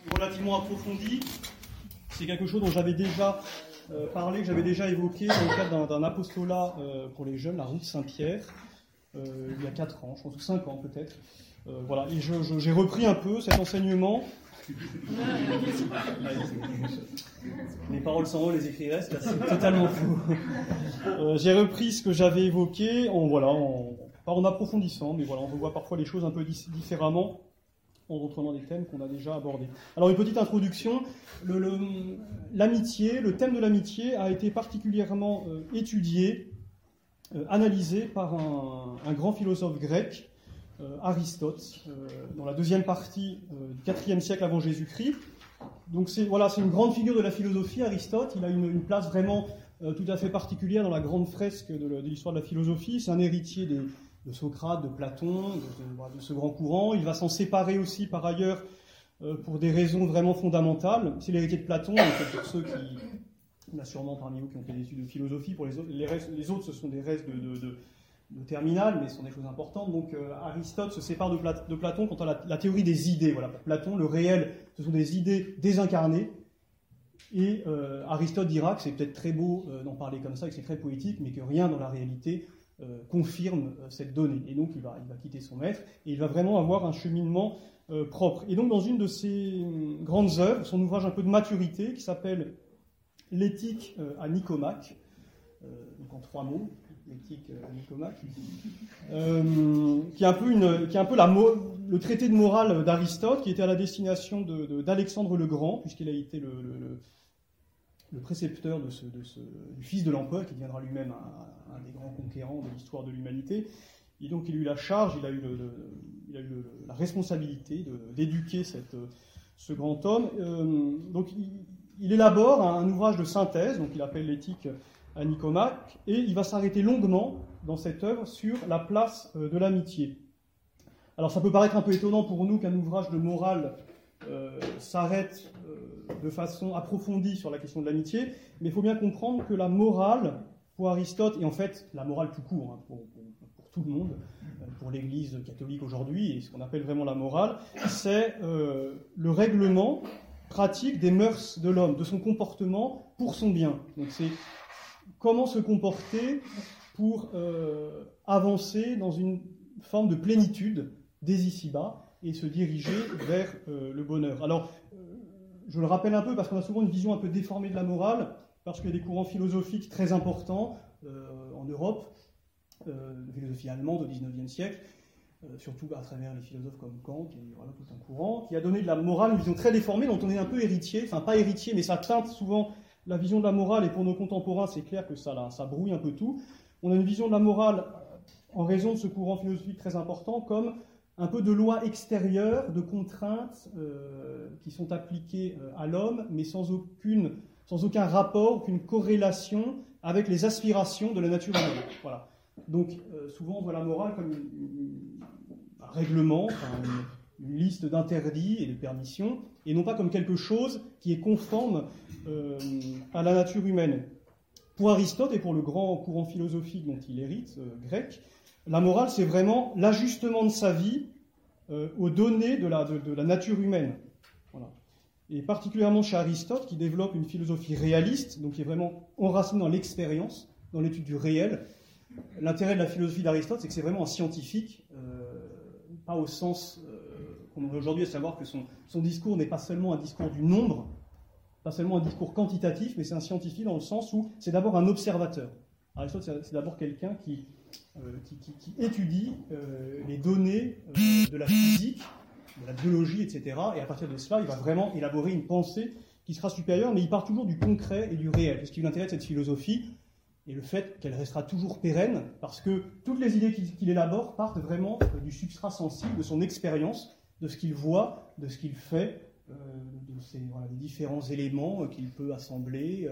relativement approfondie. C'est quelque chose dont j'avais déjà parlé, que j'avais déjà évoqué dans le cadre d'un apostolat pour les jeunes, la route Saint-Pierre, il y a 4 ans, je pense, ou 5 ans peut-être. Voilà, et j'ai repris un peu cet enseignement. Les paroles sans mots, les écrits restent, c'est totalement faux. J'ai repris ce que j'avais évoqué, pas en approfondissant, mais voilà, on revoit parfois les choses un peu différemment en reprenant des thèmes qu'on a déjà abordés. Alors une petite introduction, l'amitié, le thème de l'amitié a été particulièrement étudié, analysé par un grand philosophe grec, Aristote, dans la deuxième partie du IVe siècle avant Jésus-Christ. Donc c'est une grande figure de la philosophie, Aristote. Il a une place vraiment tout à fait particulière dans la grande fresque de l'histoire de la philosophie. C'est un héritier de Socrate, de Platon, de ce grand courant. Il va s'en séparer aussi par ailleurs pour des raisons vraiment fondamentales. C'est l'héritier de Platon, donc pour ceux qui... Il y en a sûrement parmi vous qui ont fait des études de philosophie. Pour les autres, ce sont des restes de terminale, mais ce sont des choses importantes. Donc Aristote se sépare de Platon quant à la théorie des idées. Voilà, pour Platon, le réel, ce sont des idées désincarnées. Et Aristote dira que c'est peut-être très beau d'en parler comme ça, que c'est très poétique, mais que rien dans la réalité confirme cette donnée. Et donc il va quitter son maître, et il va vraiment avoir un cheminement propre. Et donc dans une de ses grandes œuvres, son ouvrage un peu de maturité, qui s'appelle L'éthique à Nicomaque, donc en 3 mots, l'éthique à Nicomaque, qui est un peu le traité de morale d'Aristote, qui était à la destination d'Alexandre le Grand, puisqu'il a été le précepteur du fils de l'empereur, qui deviendra lui-même un des grands conquérants de l'histoire de l'humanité. Et donc il a eu la charge, il a eu la responsabilité d'éduquer ce grand homme. Donc il élabore un ouvrage de synthèse, donc il appelle l'éthique à Nicomaque, et il va s'arrêter longuement dans cette œuvre sur la place de l'amitié. Alors ça peut paraître un peu étonnant pour nous qu'un ouvrage de morale s'arrête de façon approfondie sur la question de l'amitié, mais il faut bien comprendre que la morale, pour Aristote, et en fait la morale tout court, hein, pour tout le monde, pour l'Église catholique aujourd'hui, et ce qu'on appelle vraiment la morale, c'est le règlement pratique des mœurs de l'homme, de son comportement pour son bien. Donc c'est comment se comporter pour avancer dans une forme de plénitude dès ici-bas et se diriger vers le bonheur. Alors, je le rappelle un peu parce qu'on a souvent une vision un peu déformée de la morale, parce qu'il y a des courants philosophiques très importants en Europe, la philosophie allemande au XIXe siècle, surtout à travers les philosophes comme Kant, et voilà, tout un courant, qui a donné de la morale une vision très déformée, dont on est un peu héritier, enfin pas héritier, mais ça teinte souvent la vision de la morale, et pour nos contemporains, c'est clair que ça brouille un peu tout. On a une vision de la morale, en raison de ce courant philosophique très important, comme un peu de loi extérieure, de contraintes qui sont appliquées à l'homme, mais sans aucun rapport, aucune corrélation avec les aspirations de la nature humaine. Voilà. Donc, souvent, on voit la morale comme un règlement, une liste d'interdits et de permissions, et non pas comme quelque chose qui est conforme à la nature humaine. Pour Aristote et pour le grand courant philosophique dont il hérite, grec, la morale, c'est vraiment l'ajustement de sa vie aux données de la nature humaine. Voilà. Et particulièrement chez Aristote, qui développe une philosophie réaliste, donc qui est vraiment enracinée dans l'expérience, dans l'étude du réel. L'intérêt de la philosophie d'Aristote, c'est que c'est vraiment un scientifique, pas au sens qu'on a aujourd'hui, à savoir que son discours n'est pas seulement un discours du nombre, pas seulement un discours quantitatif, mais c'est un scientifique dans le sens où c'est d'abord un observateur. Aristote, c'est d'abord quelqu'un qui étudie les données de la physique, de la biologie, etc. Et à partir de cela, il va vraiment élaborer une pensée qui sera supérieure, mais il part toujours du concret et du réel. C'est ce qui l'intéresse de cette philosophie, et le fait qu'elle restera toujours pérenne, parce que toutes les idées qu'il élabore partent vraiment du substrat sensible, de son expérience, de ce qu'il voit, de ce qu'il fait, des différents éléments qu'il peut assembler,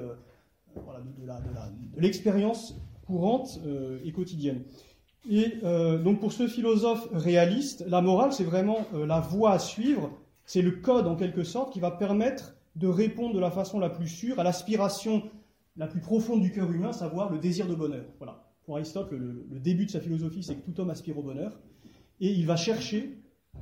de l'expérience courante et quotidienne. Et donc pour ce philosophe réaliste, la morale, c'est vraiment la voie à suivre, c'est le code en quelque sorte qui va permettre de répondre de la façon la plus sûre à l'aspiration la plus profonde du cœur humain, savoir le désir de bonheur. Voilà. Pour Aristote, le début de sa philosophie, c'est que tout homme aspire au bonheur, et il va chercher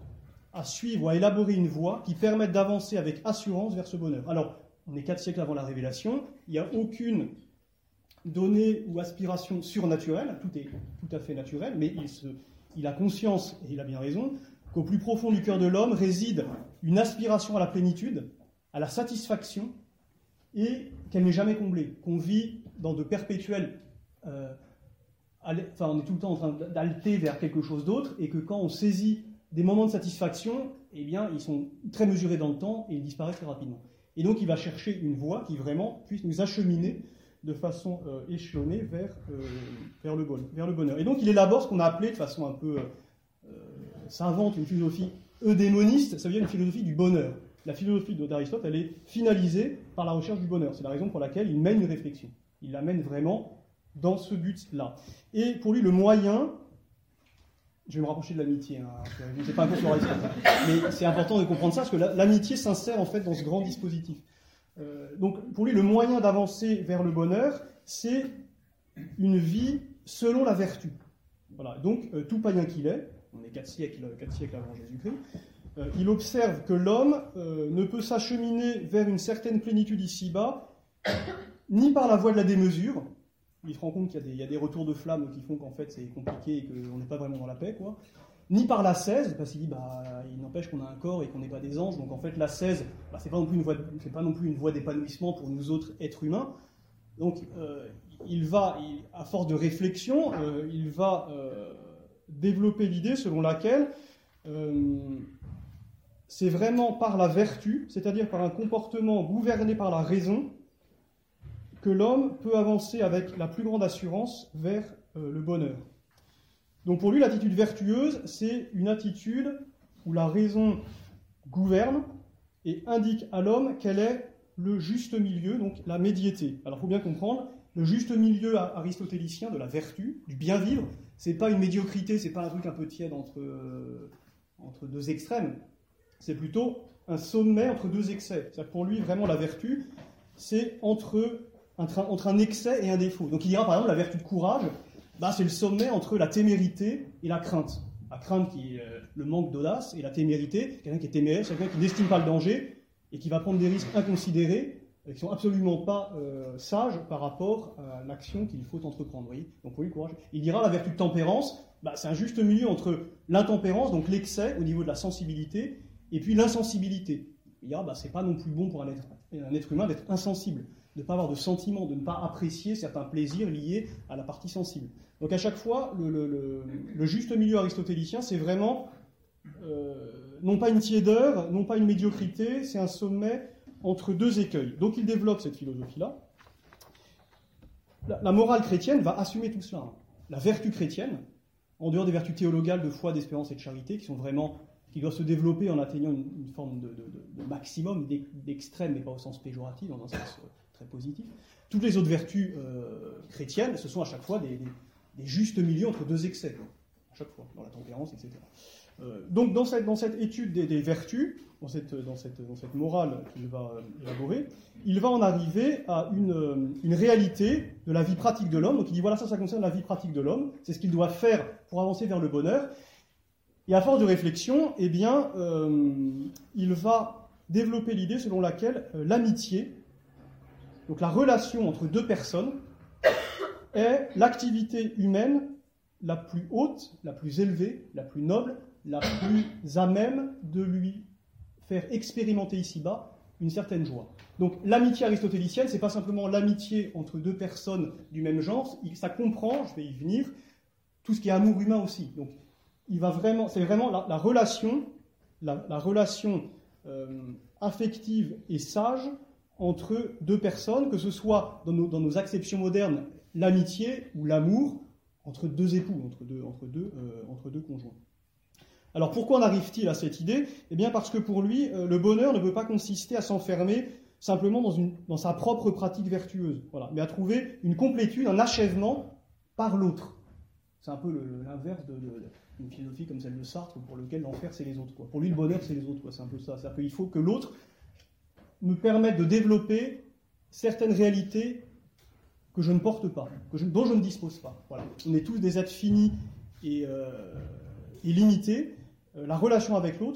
à suivre ou à élaborer une voie qui permette d'avancer avec assurance vers ce bonheur. Alors, on est 4 siècles avant la Révélation, il n'y a aucune donnée ou aspiration surnaturelle, tout est tout à fait naturel, mais il a conscience, et il a bien raison, qu'au plus profond du cœur de l'homme réside une aspiration à la plénitude, à la satisfaction, et qu'elle n'est jamais comblée, qu'on vit dans de perpétuels... on est tout le temps en train d'halter vers quelque chose d'autre, et que quand on saisit des moments de satisfaction, eh bien, ils sont très mesurés dans le temps et ils disparaissent très rapidement. Et donc, il va chercher une voie qui vraiment puisse nous acheminer de façon échelonnée vers le bonheur. Et donc, il élabore ce qu'on a appelé de façon un peu savante une philosophie eudémoniste, ça veut dire une philosophie du bonheur. La philosophie d'Aristote, elle est finalisée par la recherche du bonheur. C'est la raison pour laquelle il mène une réflexion. Il la mène vraiment dans ce but-là. Et pour lui, le moyen... Je vais me rapprocher de l'amitié, je ne sais pas un cours sur Aristote, mais c'est important de comprendre ça, parce que l'amitié s'insère en fait dans ce grand dispositif. Donc pour lui, le moyen d'avancer vers le bonheur, c'est une vie selon la vertu. Voilà. Donc tout païen qu'il est, on est 4 siècles avant Jésus-Christ, il observe que l'homme ne peut s'acheminer vers une certaine plénitude ici-bas, ni par la voie de la démesure. Il se rend compte qu'il y a des retours de flamme qui font qu'en fait c'est compliqué et qu'on n'est pas vraiment dans la paix, quoi. Ni par l'ascèse, parce qu'il dit il n'empêche qu'on a un corps et qu'on n'est pas des anges, donc en fait l'ascèse, c'est pas non plus une voie d'épanouissement pour nous autres êtres humains. Donc à force de réflexion, il va développer l'idée selon laquelle c'est vraiment par la vertu, c'est-à-dire par un comportement gouverné par la raison, que l'homme peut avancer avec la plus grande assurance vers le bonheur. Donc pour lui, l'attitude vertueuse, c'est une attitude où la raison gouverne et indique à l'homme quel est le juste milieu, donc la médiété. Alors il faut bien comprendre, le juste milieu aristotélicien de la vertu, du bien vivre, c'est pas une médiocrité, c'est pas un truc un peu tiède entre deux extrêmes, c'est plutôt un sommet entre deux excès. C'est-à-dire que pour lui, vraiment, la vertu, c'est entre un excès et un défaut. Donc il dira par exemple la vertu de courage, c'est le sommet entre la témérité et la crainte. La crainte qui est le manque d'audace, et la témérité, quelqu'un qui est téméraire, c'est quelqu'un qui n'estime pas le danger et qui va prendre des risques inconsidérés, qui ne sont absolument pas sages par rapport à l'action qu'il faut entreprendre. Vous voyez, donc pour lui, courage. Il dira la vertu de tempérance, c'est un juste milieu entre l'intempérance, donc l'excès au niveau de la sensibilité, et puis l'insensibilité. Il dira c'est pas non plus bon pour un être humain d'être insensible, de ne pas avoir de sentiments, de ne pas apprécier certains plaisirs liés à la partie sensible. Donc à chaque fois, le juste milieu aristotélicien, c'est vraiment non pas une tiédeur, non pas une médiocrité, c'est un sommet entre deux écueils. Donc il développe cette philosophie-là. La morale chrétienne va assumer tout cela. La vertu chrétienne, en dehors des vertus théologales de foi, d'espérance et de charité, qui doivent se développer en atteignant une forme de maximum, d'extrême, mais pas au sens péjoratif, dans un sens très positif. Toutes les autres vertus chrétiennes, ce sont à chaque fois des justes milieux entre deux excès, à chaque fois, dans la tempérance, etc. Donc dans cette étude des vertus, dans cette morale qu'il va élaborer, il va en arriver à une réalité de la vie pratique de l'homme. Donc il dit voilà, ça concerne la vie pratique de l'homme, c'est ce qu'il doit faire pour avancer vers le bonheur. Et à force de réflexion, il va développer l'idée selon laquelle l'amitié, donc la relation entre deux personnes, est l'activité humaine la plus haute, la plus élevée, la plus noble, la plus à même de lui faire expérimenter ici-bas une certaine joie. Donc l'amitié aristotélicienne, c'est pas simplement l'amitié entre deux personnes du même genre, ça comprend, je vais y venir, tout ce qui est amour humain aussi. Donc c'est vraiment la relation, la relation affective et sage entre deux personnes, que ce soit dans nos acceptions modernes, l'amitié ou l'amour entre deux époux, entre deux conjoints. Alors pourquoi en arrive-t-il à cette idée ? Eh bien parce que pour lui, le bonheur ne peut pas consister à s'enfermer simplement dans sa propre pratique vertueuse, voilà, mais à trouver une complétude, un achèvement par l'autre. C'est un peu l'inverse d'une philosophie comme celle de Sartre, pour lequel l'enfer c'est les autres, quoi. Pour lui, le bonheur c'est les autres, quoi. C'est un peu ça. C'est-à-dire qu'il faut que l'autre me permette de développer certaines réalités que je ne porte pas, dont je ne dispose pas. Voilà. On est tous des êtres finis et limités. La relation avec l'autre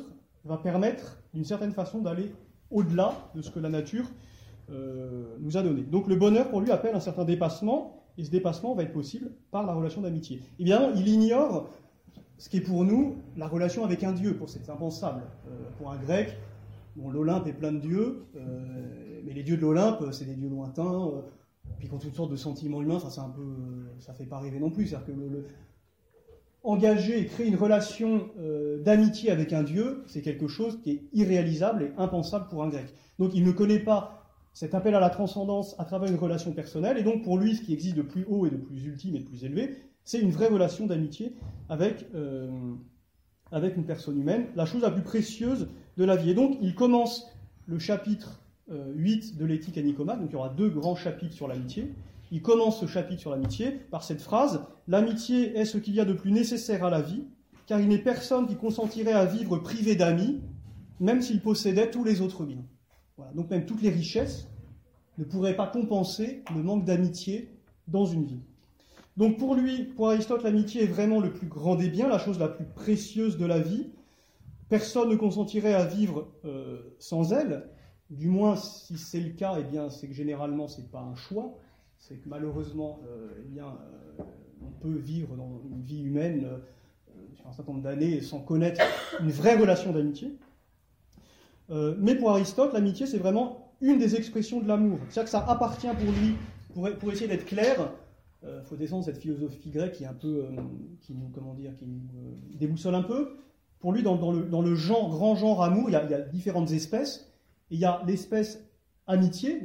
va permettre, d'une certaine façon, d'aller au-delà de ce que la nature nous a donné. Donc le bonheur, pour lui, appelle un certain dépassement, et ce dépassement va être possible par la relation d'amitié. Évidemment, il ignore ce qui est pour nous la relation avec un dieu, c'est impensable. Pour un grec, bon, l'Olympe est plein de dieux, mais les dieux de l'Olympe, c'est des dieux lointains, puis qui ont toutes sortes de sentiments humains, ça ne fait pas rêver non plus. C'est-à-dire que engager et créer une relation d'amitié avec un dieu, c'est quelque chose qui est irréalisable et impensable pour un grec. Donc il ne connaît pas cet appel à la transcendance à travers une relation personnelle, et donc pour lui, ce qui existe de plus haut et de plus ultime et de plus élevé, c'est une vraie relation d'amitié avec une personne humaine, la chose la plus précieuse de la vie. Et donc il commence le chapitre 8 de l'éthique à Nicomaque, donc il y aura 2 grands chapitres sur l'amitié. Il commence ce chapitre sur l'amitié par cette phrase « L'amitié est ce qu'il y a de plus nécessaire à la vie, car il n'est personne qui consentirait à vivre privé d'amis, même s'il possédait tous les autres biens. » Voilà. Donc même toutes les richesses ne pourraient pas compenser le manque d'amitié dans une vie. Donc pour lui, pour Aristote, l'amitié est vraiment le plus grand des biens, la chose la plus précieuse de la vie. Personne ne consentirait à vivre sans elle. Du moins, si c'est le cas, eh bien, c'est que généralement, ce n'est pas un choix. C'est que malheureusement, on peut vivre dans une vie humaine sur un certain nombre d'années sans connaître une vraie relation d'amitié. Mais pour Aristote, l'amitié, c'est vraiment une des expressions de l'amour. C'est-à-dire que ça appartient pour lui, pour essayer d'être clair, il faut descendre cette philosophie grecque qui est un peu, qui nous déboussole un peu. Pour lui, dans le genre, grand genre amour, il y a différentes espèces. Et il y a l'espèce amitié,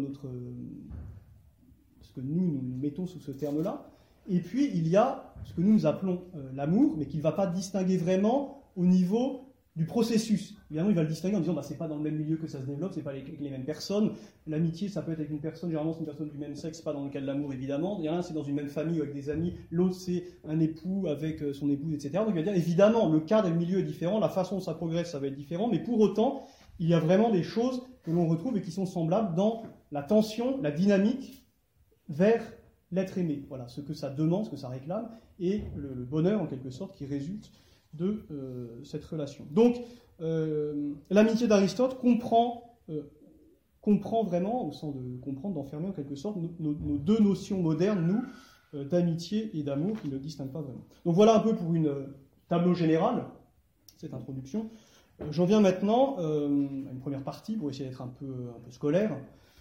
ce que nous mettons sous ce terme-là. Et puis, il y a ce que nous appelons l'amour, mais qu'il ne va pas distinguer vraiment au niveau du processus. Évidemment, il va le distinguer en disant c'est pas dans le même milieu que ça se développe, c'est pas avec les mêmes personnes. L'amitié, ça peut être avec une personne, généralement c'est une personne du même sexe, pas dans le cas de l'amour évidemment. Il y en a un, c'est dans une même famille ou avec des amis, l'autre c'est un époux avec son épouse, etc. Donc il va dire évidemment, le cadre et le milieu est différent, la façon dont ça progresse, ça va être différent, mais pour autant, il y a vraiment des choses que l'on retrouve et qui sont semblables dans la tension, la dynamique vers l'être aimé. Voilà, ce que ça demande, ce que ça réclame, et le bonheur en quelque sorte qui résulte de cette relation. Donc, l'amitié d'Aristote comprend vraiment, au sens de comprendre, d'enfermer en quelque sorte nos 2 notions modernes, nous, d'amitié et d'amour, qui ne distinguent pas vraiment. Donc voilà un peu pour une tableau général, cette introduction. J'en viens maintenant à une première partie, pour essayer d'être un peu scolaire,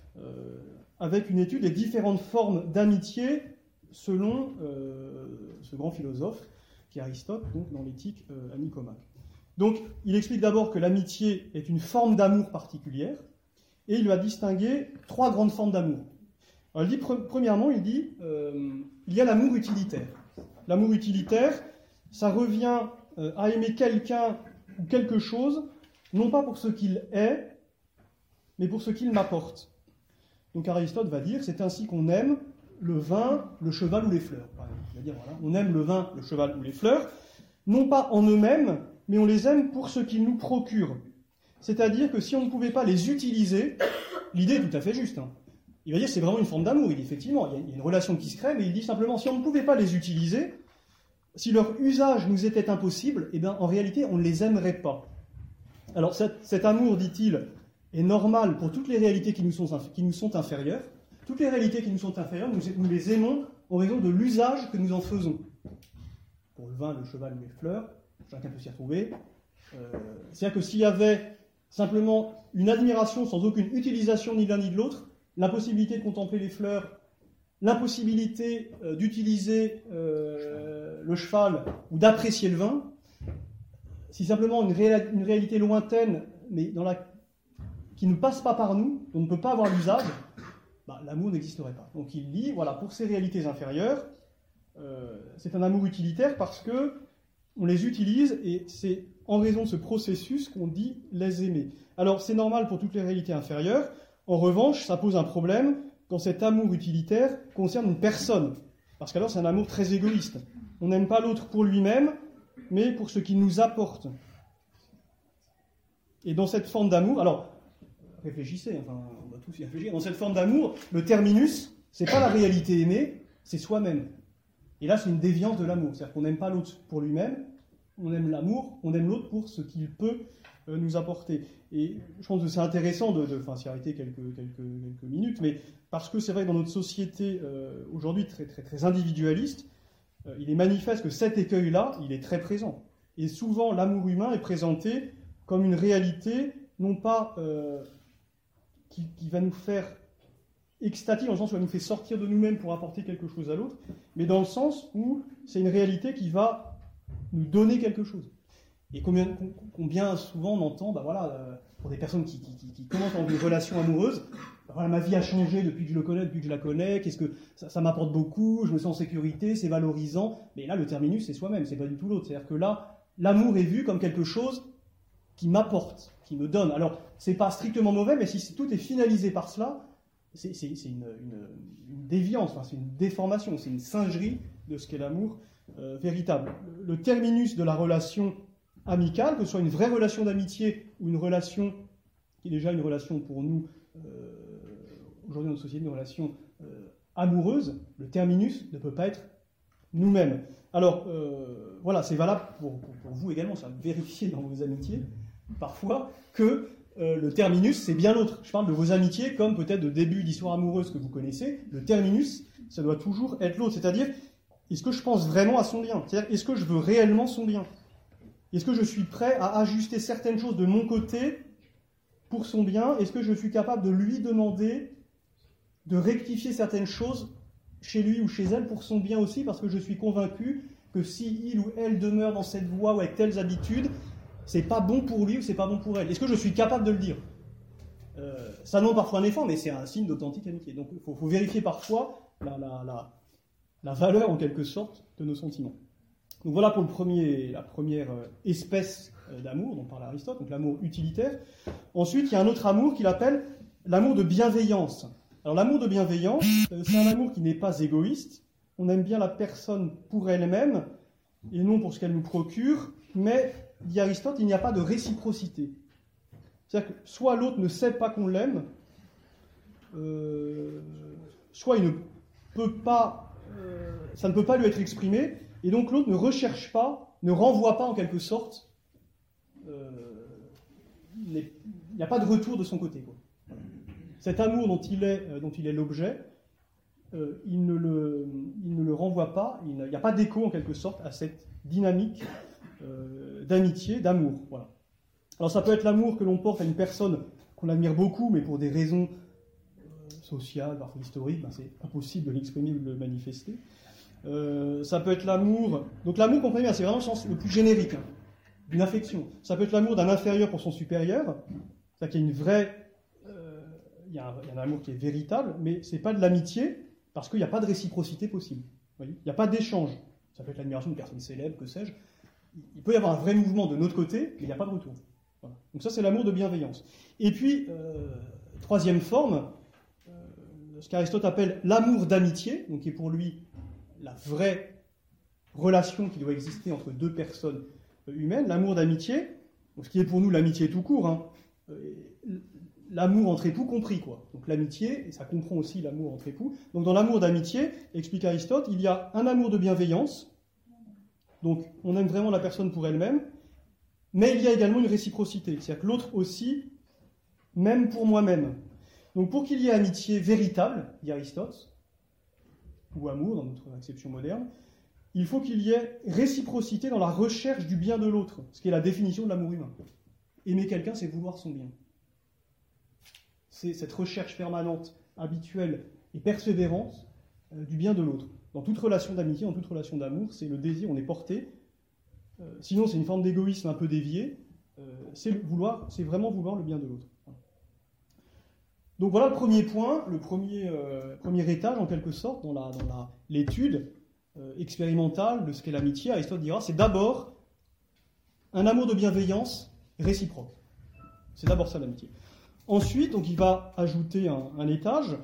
avec une étude des différentes formes d'amitié selon ce grand philosophe, qui est Aristote, donc dans l'éthique à Nicomaque. Donc, il explique d'abord que l'amitié est une forme d'amour particulière, et il va distinguer 3 grandes formes d'amour. Alors, premièrement, il dit il y a l'amour utilitaire. L'amour utilitaire, ça revient à aimer quelqu'un ou quelque chose, non pas pour ce qu'il est, mais pour ce qu'il m'apporte. Donc Aristote va dire, c'est ainsi qu'on aime le vin, le cheval ou les fleurs. Il va dire, voilà, on aime le vin, le cheval ou les fleurs, non pas en eux-mêmes, mais on les aime pour ce qu'ils nous procurent. C'est-à-dire que si on ne pouvait pas les utiliser, l'idée est tout à fait juste. Il va dire, c'est vraiment une forme d'amour. Il dit, effectivement, il y a une relation qui se crée, mais il dit simplement, si on ne pouvait pas les utiliser, si leur usage nous était impossible, eh bien, en réalité, on ne les aimerait pas. Alors, cet amour, dit-il, est normal pour toutes les réalités qui nous sont inférieures. Toutes les réalités qui nous sont inférieures, nous les aimons en raison de l'usage que nous en faisons. Pour le vin, le cheval ou les fleurs, chacun peut s'y retrouver. C'est-à-dire que s'il y avait simplement une admiration sans aucune utilisation ni l'un ni de l'autre, l'impossibilité de contempler les fleurs, l'impossibilité d'utiliser le cheval ou d'apprécier le vin, si simplement une réalité lointaine, mais qui ne passe pas par nous, on ne peut pas avoir l'usage, l'amour n'existerait pas. Donc il dit, voilà, pour ces réalités inférieures, c'est un amour utilitaire parce que on les utilise et c'est en raison de ce processus qu'on dit les aimer. Alors c'est normal pour toutes les réalités inférieures. En revanche, ça pose un problème quand cet amour utilitaire concerne une personne. Parce qu'alors c'est un amour très égoïste. On n'aime pas l'autre pour lui-même, mais pour ce qu'il nous apporte. Et dans cette forme d'amour, alors réfléchissez, on va tous y réfléchir. Dans cette forme d'amour, le terminus, c'est pas la réalité aimée, c'est soi-même. Et là, c'est une déviance de l'amour. C'est-à-dire qu'on n'aime pas l'autre pour lui-même, on aime l'amour, on aime l'autre pour ce qu'il peut nous apporter. Et je pense que c'est intéressant s'y arrêter quelques minutes, mais parce que c'est vrai que dans notre société aujourd'hui très, très, très individualiste, il est manifeste que cet écueil-là, il est très présent. Et souvent, l'amour humain est présenté comme une réalité, non pas qui va nous faire extatique, dans le sens où elle nous fait sortir de nous-mêmes pour apporter quelque chose à l'autre, mais dans le sens où c'est une réalité qui va nous donner quelque chose. Et combien souvent on entend, pour des personnes qui commencent dans une relation amoureuse, ma vie a changé depuis que je le connais, depuis que je la connais, qu'est-ce que ça m'apporte beaucoup, je me sens en sécurité, c'est valorisant. Mais là, le terminus, c'est soi-même, c'est pas du tout l'autre. C'est-à-dire que là, l'amour est vu comme quelque chose qui m'apporte, qui me donne. Alors, c'est pas strictement mauvais, mais si tout est finalisé par cela, c'est une déviance, c'est une déformation, c'est une singerie de ce qu'est l'amour véritable. Le terminus de la relation amicale, que ce soit une vraie relation d'amitié ou une relation qui est déjà une relation pour nous, aujourd'hui dans notre société, une relation amoureuse, le terminus ne peut pas être nous-mêmes. Alors, c'est valable pour vous également, ça vérifiez dans vos amitiés, parfois, que le terminus, c'est bien l'autre. Je parle de vos amitiés comme peut-être de début d'histoire amoureuse que vous connaissez. Le terminus, ça doit toujours être l'autre. C'est-à-dire, est-ce que je pense vraiment à son bien ? C'est-à-dire, est-ce que je veux réellement son bien ? Est-ce que je suis prêt à ajuster certaines choses de mon côté pour son bien ? Est-ce que je suis capable de lui demander de rectifier certaines choses chez lui ou chez elle pour son bien aussi, parce que je suis convaincu que si il ou elle demeure dans cette voie ou avec telles habitudes, c'est pas bon pour lui ou c'est pas bon pour elle. Est-ce que je suis capable de le dire ? Ça demande parfois un effort, mais c'est un signe d'authentique amitié. Donc il faut vérifier parfois la valeur, en quelque sorte, de nos sentiments. Donc voilà pour la première espèce d'amour dont parle Aristote, donc l'amour utilitaire. Ensuite, il y a un autre amour qu'il appelle l'amour de bienveillance. Alors l'amour de bienveillance, c'est un amour qui n'est pas égoïste. On aime bien la personne pour elle-même et non pour ce qu'elle nous procure, mais, dit Aristote, il n'y a pas de réciprocité. C'est-à-dire que soit l'autre ne sait pas qu'on l'aime, soit il ne peut pas, ça ne peut pas lui être exprimé, et donc l'autre ne recherche pas, ne renvoie pas en quelque sorte, il n'y a pas de retour de son côté, quoi. Cet amour dont il est l'objet, il ne le renvoie pas, il n'y a pas d'écho en quelque sorte à cette dynamique d'amitié, d'amour. Voilà. Alors ça peut être l'amour que l'on porte à une personne qu'on admire beaucoup, mais pour des raisons sociales, parfois historiques, c'est impossible de l'exprimer ou de le manifester. Ça peut être l'amour, donc l'amour, comprenez bien, c'est vraiment le sens le plus générique, d'une affection. Ça peut être l'amour d'un inférieur pour son supérieur, c'est-à-dire qu'il y a une vraie... Il y a un amour qui est véritable, mais ce n'est pas de l'amitié, parce qu'il n'y a pas de réciprocité possible. Vous voyez, il n'y a pas d'échange. Ça peut être l'admiration d'une personne célèbre, que sais-je. Il peut y avoir un vrai mouvement de notre côté, mais il n'y a pas de retour. Voilà. Donc ça, c'est l'amour de bienveillance. Et puis, troisième forme, ce qu'Aristote appelle l'amour d'amitié, donc qui est pour lui la vraie relation qui doit exister entre deux personnes humaines, l'amour d'amitié, donc ce qui est pour nous l'amitié tout court, l'amour entre époux compris, quoi. Donc l'amitié, et ça comprend aussi l'amour entre époux. Donc dans l'amour d'amitié, explique Aristote, il y a un amour de bienveillance, donc on aime vraiment la personne pour elle-même, mais il y a également une réciprocité, c'est-à-dire que l'autre aussi m'aime pour moi-même. Donc pour qu'il y ait amitié véritable, dit Aristote, ou amour dans notre acception moderne, il faut qu'il y ait réciprocité dans la recherche du bien de l'autre, ce qui est la définition de l'amour humain. Aimer quelqu'un, c'est vouloir son bien. C'est cette recherche permanente, habituelle et persévérante du bien de l'autre. Dans toute relation d'amitié, dans toute relation d'amour, c'est le désir, on est porté. Sinon, c'est une forme d'égoïsme un peu déviée. C'est vraiment vouloir le bien de l'autre. Donc voilà le premier point, le premier étage en quelque sorte dans l'étude expérimentale de ce qu'est l'amitié. Aristote dira, c'est d'abord un amour de bienveillance réciproque. C'est d'abord ça l'amitié. Ensuite, donc, il va ajouter un étage.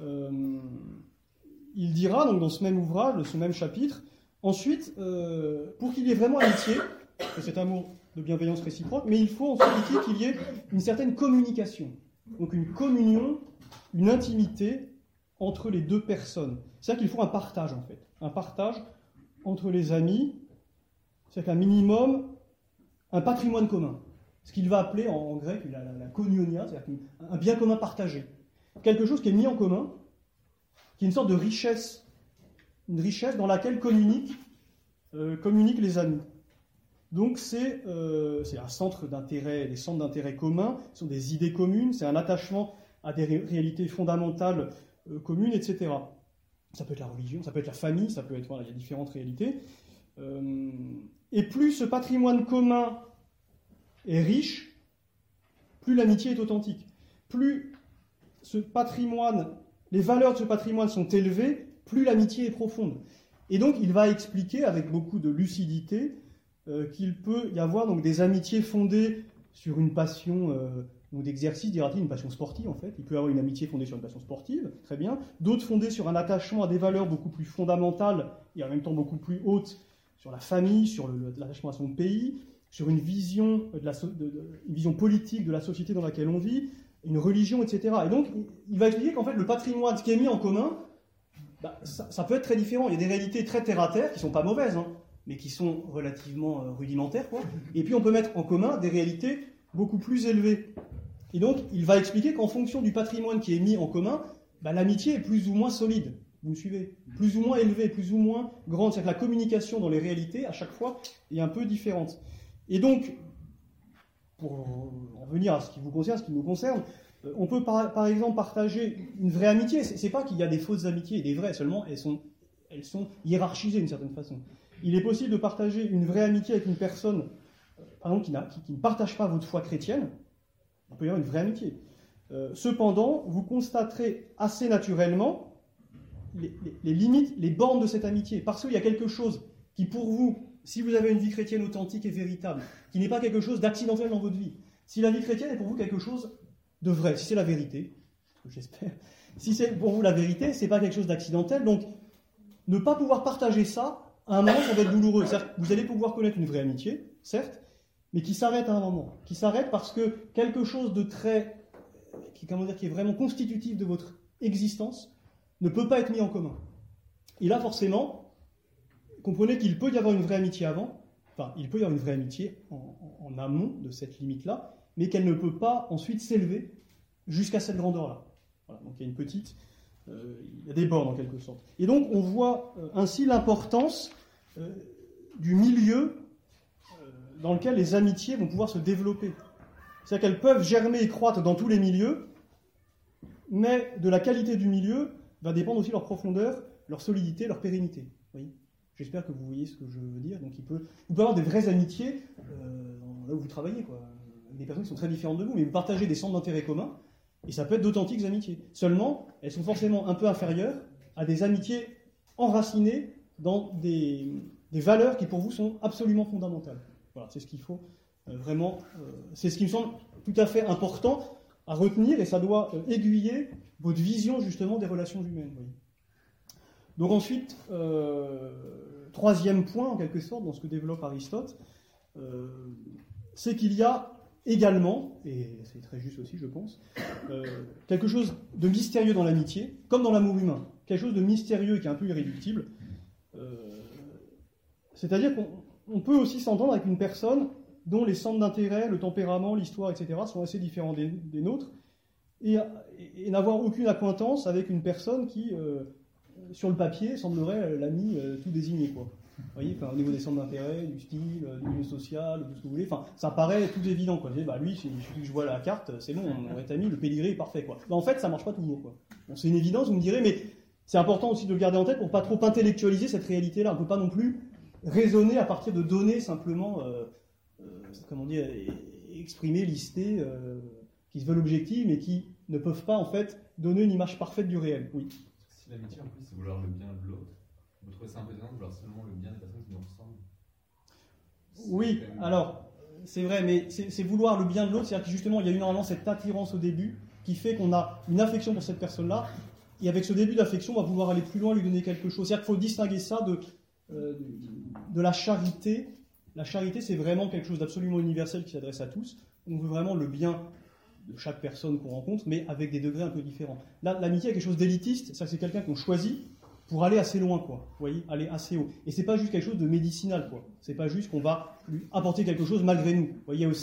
Il dira, donc, dans ce même ouvrage, dans ce même chapitre, ensuite, pour qu'il y ait vraiment amitié, cet amour de bienveillance réciproque, mais il faut ensuite qu'il y ait une certaine communication. Donc une communion, une intimité entre les deux personnes. C'est-à-dire qu'il faut un partage, en fait. Un partage entre les amis, c'est-à-dire qu'un minimum, un patrimoine commun. ce qu'il va appeler en grec la koinonia, c'est-à-dire un bien commun partagé. Quelque chose qui est mis en commun, qui est une sorte de richesse, une richesse dans laquelle communiquent les amis. Donc c'est un centre d'intérêt, des centres d'intérêt communs, ce sont des idées communes, c'est un attachement à des réalités fondamentales communes, etc. Ça peut être la religion, ça peut être la famille, ça peut être, voilà, il y a différentes réalités. Et plus ce patrimoine commun est riche, plus l'amitié est authentique. Plus ce patrimoine, les valeurs de ce patrimoine sont élevées, plus l'amitié est profonde. Et donc il va expliquer avec beaucoup de lucidité qu'il peut y avoir donc des amitiés fondées sur une passion d'exercice, dira-t-il, une passion sportive en fait. Il peut y avoir une amitié fondée sur une passion sportive, très bien. D'autres fondées sur un attachement à des valeurs beaucoup plus fondamentales et en même temps beaucoup plus hautes, sur la famille, sur l'attachement à son pays, sur une vision, une vision politique de la société dans laquelle on vit, une religion, etc. Et donc il va expliquer qu'en fait le patrimoine, ce qui est mis en commun, ça peut être très différent. Il y a des réalités très terre-à-terre qui ne sont pas mauvaises, hein, mais qui sont relativement rudimentaires, quoi. Et puis on peut mettre en commun des réalités beaucoup plus élevées. Et donc il va expliquer qu'en fonction du patrimoine qui est mis en commun, l'amitié est plus ou moins solide. Vous me suivez ? Plus ou moins élevée, plus ou moins grande. C'est-à-dire que la communication dans les réalités, à chaque fois, est un peu différente. Et donc, pour en venir à ce qui vous concerne, ce qui nous concerne, on peut par exemple partager une vraie amitié. C'est pas qu'il y a des fausses amitiés et des vraies, seulement elles sont hiérarchisées d'une certaine façon. Il est possible de partager une vraie amitié avec une personne, par exemple, qui ne partage pas votre foi chrétienne. Il peut y avoir une vraie amitié. Cependant, vous constaterez assez naturellement les limites, les bornes de cette amitié. Parce qu'il y a quelque chose qui, pour vous, si vous avez une vie chrétienne authentique et véritable, qui n'est pas quelque chose d'accidentel dans votre vie, si la vie chrétienne est pour vous quelque chose de vrai, si c'est la vérité, j'espère, si c'est pour vous la vérité, c'est pas quelque chose d'accidentel, donc ne pas pouvoir partager ça, à un moment, ça va être douloureux. C'est-à-dire que vous allez pouvoir connaître une vraie amitié, certes, mais qui s'arrête à un moment, qui s'arrête parce que quelque chose de très, qui est vraiment constitutif de votre existence, ne peut pas être mis en commun. Et là, forcément, comprenez qu'il peut y avoir une vraie amitié avant, enfin, il peut y avoir une vraie amitié en amont de cette limite-là, mais qu'elle ne peut pas ensuite s'élever jusqu'à cette grandeur-là. Voilà, donc il y a il y a des bornes en quelque sorte. Et donc on voit ainsi l'importance du milieu dans lequel les amitiés vont pouvoir se développer. C'est-à-dire qu'elles peuvent germer et croître dans tous les milieux, mais de la qualité du milieu va dépendre aussi leur profondeur, leur solidité, leur pérennité. Oui. J'espère que vous voyez ce que je veux dire. Donc, vous pouvez avoir des vraies amitiés là où vous travaillez, quoi. Des personnes qui sont très différentes de vous, mais vous partagez des centres d'intérêt communs, et ça peut être d'authentiques amitiés. Seulement, elles sont forcément un peu inférieures à des amitiés enracinées dans des valeurs qui, pour vous, sont absolument fondamentales. Voilà, c'est ce qu'il faut vraiment... c'est ce qui me semble tout à fait important à retenir, et ça doit aiguiller votre vision, justement, des relations humaines. Oui. Donc ensuite, troisième point, en quelque sorte, dans ce que développe Aristote, c'est qu'il y a également, et c'est très juste aussi, je pense, quelque chose de mystérieux dans l'amitié, comme dans l'amour humain. Quelque chose de mystérieux et qui est un peu irréductible. C'est-à-dire qu'on peut aussi s'entendre avec une personne dont les centres d'intérêt, le tempérament, l'histoire, etc., sont assez différents des nôtres, et n'avoir aucune accointance avec une personne qui, sur le papier, semblerait l'ami tout désigné, quoi. Vous voyez, au niveau des centres d'intérêt, du style, du milieu social, de ce que vous voulez, ça paraît tout évident, quoi. Vous dites, lui, il suffit que je vois la carte, c'est bon, on est amis, le pédigré est parfait, quoi. En fait, ça marche pas toujours, quoi. Bon, c'est une évidence, vous me direz, mais c'est important aussi de le garder en tête pour pas trop intellectualiser cette réalité-là. On peut pas non plus raisonner à partir de données simplement, exprimer, lister, qui se veulent objectives, mais qui ne peuvent pas, en fait, donner une image parfaite du réel. Oui. Si l'amitié, en plus, c'est vouloir le bien de l'autre, vous trouvez ça impressionnant de vouloir seulement le bien des personnes qui nous ressemblent? Oui, alors, c'est vrai, mais c'est vouloir le bien de l'autre, c'est-à-dire que justement, il y a eu normalement cette attirance au début qui fait qu'on a une affection pour cette personne-là, et avec ce début d'affection, on va vouloir aller plus loin, lui donner quelque chose. C'est-à-dire qu'il faut distinguer ça de la charité. La charité, c'est vraiment quelque chose d'absolument universel qui s'adresse à tous. On veut vraiment le bien de chaque personne qu'on rencontre, mais avec des degrés un peu différents. Là, l'amitié est quelque chose d'élitiste, c'est-à-dire que c'est quelqu'un qu'on choisit pour aller assez loin, quoi. Vous voyez, aller assez haut. Et c'est pas juste quelque chose de médicinal, quoi. C'est pas juste qu'on va lui apporter quelque chose malgré nous. Vous voyez, il y a aussi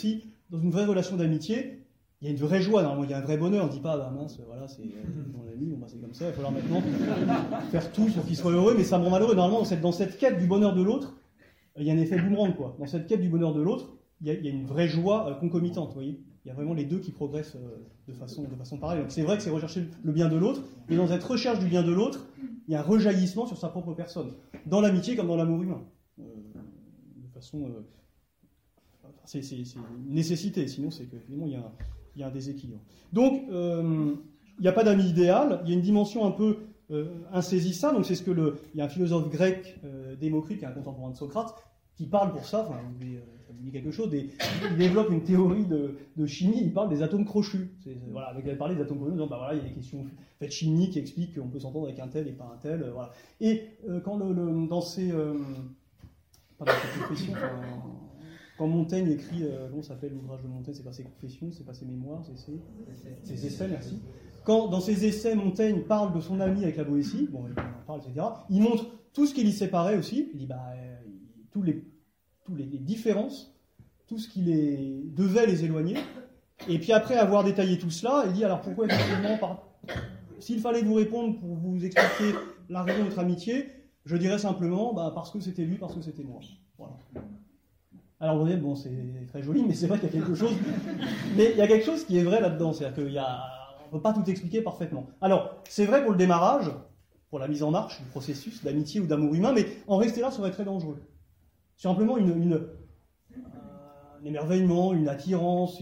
dans une vraie relation d'amitié, il y a une vraie joie, normalement, il y a un vrai bonheur. On ne dit pas, bah mince, voilà, c'est mon ami, bon, bah, c'est comme ça, il va falloir maintenant faire tout pour qu'il soit heureux, mais ça me rend malheureux. Normalement, dans cette quête du bonheur de l'autre, il y a un effet boomerang, quoi. Dans cette quête du bonheur de l'autre, il y a une vraie joie concomitante, vous voyez. Il y a vraiment les deux qui progressent de façon pareille. Donc c'est vrai que c'est rechercher le bien de l'autre, mais dans cette recherche du bien de l'autre, il y a un rejaillissement sur sa propre personne, dans l'amitié comme dans l'amour humain. De façon... c'est une nécessité, sinon c'est qu'effectivement il y a un déséquilibre. Donc, il n'y a pas d'ami idéal, il y a une dimension un peu insaisissable. Donc c'est ce que il y a un philosophe grec, Démocrite, qui est un contemporain de Socrate, qui parle pour ça, enfin, ça vous dit quelque chose, il développe une théorie de chimie, il parle des atomes crochus. Voilà, il avait parlé des atomes crochus, en disant, bah voilà, il y a des questions faites chimiques qui expliquent qu'on peut s'entendre avec un tel et pas un tel, voilà. Et quand dans ces... pas dans ces confessions, quand Montaigne écrit, comment s'appelle l'ouvrage de Montaigne, c'est pas ses confessions, c'est pas ses mémoires, c'est ses essais, merci. Quand dans ses essais, Montaigne parle de son ami avec la Boétie, bon, il en parle, etc., il montre tout ce qui les séparait aussi, il dit, bah, tous les différences, tout ce qui devait les éloigner, et puis après avoir détaillé tout cela, il dit, alors pourquoi effectivement, s'il fallait vous répondre pour vous expliquer la raison de votre amitié, je dirais simplement, bah, parce que c'était lui, parce que c'était moi. Voilà. Alors vous dites, bon, c'est très joli, mais c'est vrai qu'il y a quelque chose. Mais il y a quelque chose qui est vrai là-dedans, c'est-à-dire qu'on ne peut pas tout expliquer parfaitement. Alors, c'est vrai pour le démarrage, pour la mise en marche du processus d'amitié ou d'amour humain, mais en rester là serait très dangereux. Simplement un émerveillement, une attirance,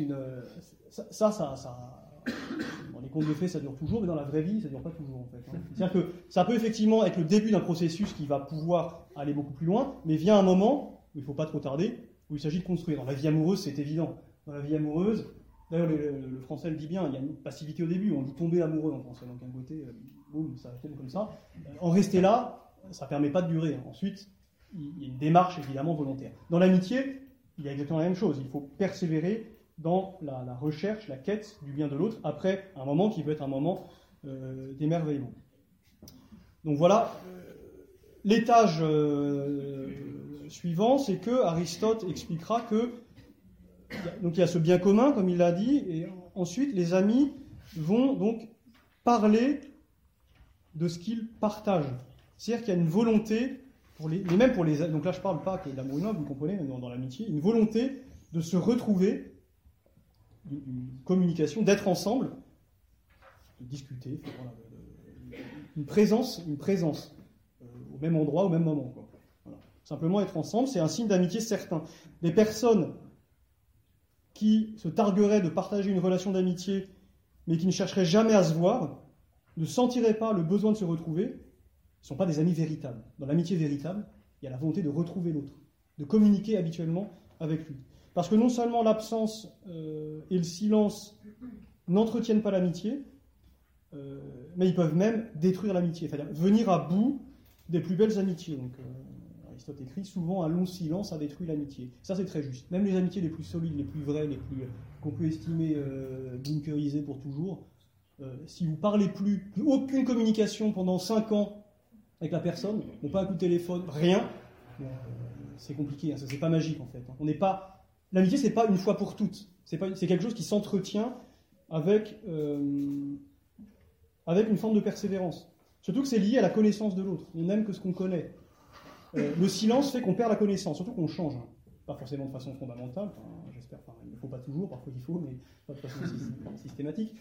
dans les contes de fées, ça dure toujours, mais dans la vraie vie, ça ne dure pas toujours, en fait. C'est-à-dire que ça peut effectivement être le début d'un processus qui va pouvoir aller beaucoup plus loin, mais vient un moment où il ne faut pas trop tarder, où il s'agit de construire. Dans la vie amoureuse, c'est évident. Dans la vie amoureuse, d'ailleurs, le français le dit bien, il y a une passivité au début, on dit tomber amoureux en français, donc un côté, boum, ça tombe comme ça. En rester là, ça ne permet pas de durer. Ensuite, il y a une démarche évidemment volontaire. Dans l'amitié, il y a exactement la même chose. Il faut persévérer dans la recherche, la quête du bien de l'autre, après un moment qui peut être un moment d'émerveillement. Donc voilà, l'étage suivant, c'est que Aristote expliquera que donc il y a ce bien commun, comme il l'a dit, et ensuite les amis vont donc parler de ce qu'ils partagent. C'est-à-dire qu'il y a une volonté, mais même pour les amis, donc là je ne parle pas que de l'amour humain, vous comprenez, même dans l'amitié, une volonté de se retrouver, une communication, d'être ensemble, de discuter, une présence au même endroit, au même moment, quoi. Voilà. Simplement être ensemble, c'est un signe d'amitié certain. Des personnes qui se targueraient de partager une relation d'amitié, mais qui ne chercheraient jamais à se voir, ne sentiraient pas le besoin de se retrouver, ne sont pas des amis véritables. Dans l'amitié véritable, il y a la volonté de retrouver l'autre, de communiquer habituellement avec lui. Parce que non seulement l'absence et le silence n'entretiennent pas l'amitié, mais ils peuvent même détruire l'amitié, c'est-à-dire venir à bout des plus belles amitiés. Donc, Aristote écrit, souvent un long silence a détruit l'amitié. Ça, c'est très juste. Même les amitiés les plus solides, les plus vraies, qu'on peut estimer bunkerisées pour toujours, si vous parlez plus aucune communication pendant 5 ans avec la personne, pas un coup de téléphone, rien, c'est compliqué, hein, ça c'est pas magique en fait. L'amitié, c'est pas une fois pour toutes. C'est quelque chose qui s'entretient avec une forme de persévérance. Surtout que c'est lié à la connaissance de l'autre. On n'aime que ce qu'on connaît. Le silence fait qu'on perd la connaissance, surtout qu'on change. Pas forcément de façon fondamentale, j'espère, il ne faut pas toujours, parfois il faut, mais pas de façon systématique.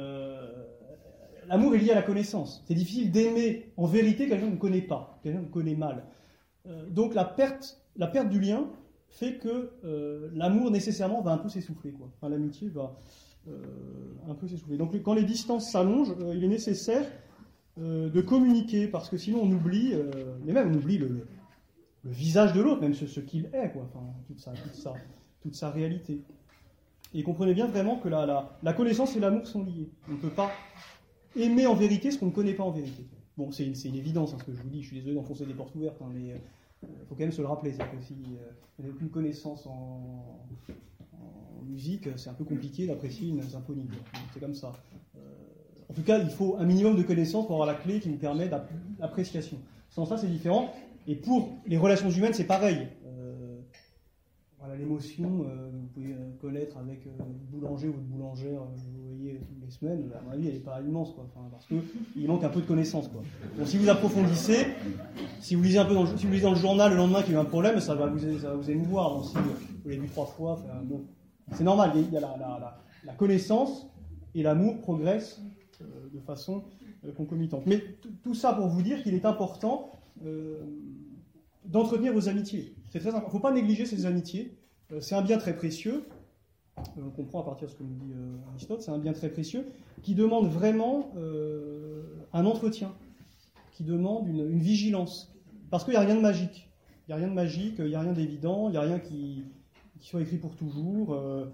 L'amour est lié à la connaissance. C'est difficile d'aimer en vérité quelqu'un qu'on ne connaît pas, quelqu'un qu'on connaît mal. Donc la perte du lien fait que l'amour nécessairement va un peu s'essouffler, quoi. Enfin, l'amitié va un peu s'essouffler. Donc quand les distances s'allongent, il est nécessaire de communiquer, parce que sinon on oublie, mais même on oublie le visage de l'autre, même ce qu'il est, quoi. Enfin, toute sa réalité. Et comprenez bien vraiment que la connaissance et l'amour sont liés. On ne peut pas aimer en vérité ce qu'on ne connaît pas en vérité. Bon, c'est une évidence, hein, ce que je vous dis, je suis désolé d'enfoncer des portes ouvertes, hein, mais il faut quand même se le rappeler, c'est que si vous n'avez aucune connaissance en musique, c'est un peu compliqué d'apprécier une symphonie. C'est comme ça. En tout cas, il faut un minimum de connaissances pour avoir la clé qui nous permet d'appréciation. Sans ça, c'est différent. Et pour les relations humaines, c'est pareil. l'émotion, vous pouvez connaître avec le boulanger ou votre boulangère, vous voyez toutes les semaines, à mon avis, elle n'est pas immense, quoi. Enfin, parce qu'il manque un peu de connaissances, quoi. Donc si vous approfondissez, si vous lisez un peu si vous lisez dans le journal le lendemain qu'il y a eu un problème, ça va vous émouvoir. Donc si vous l'avez vu 3 fois, enfin, bon, c'est normal, il y a la connaissance et l'amour progressent de façon concomitante. Mais tout ça pour vous dire qu'il est important d'entretenir vos amitiés. C'est très important. Il ne faut pas négliger ces amitiés. C'est un bien très précieux. On comprend à partir de ce que nous dit Aristote, c'est un bien très précieux qui demande vraiment un entretien, qui demande une vigilance. Parce qu'il n'y a rien de magique. Il n'y a rien de magique, il n'y a rien d'évident, il n'y a rien qui soit écrit pour toujours.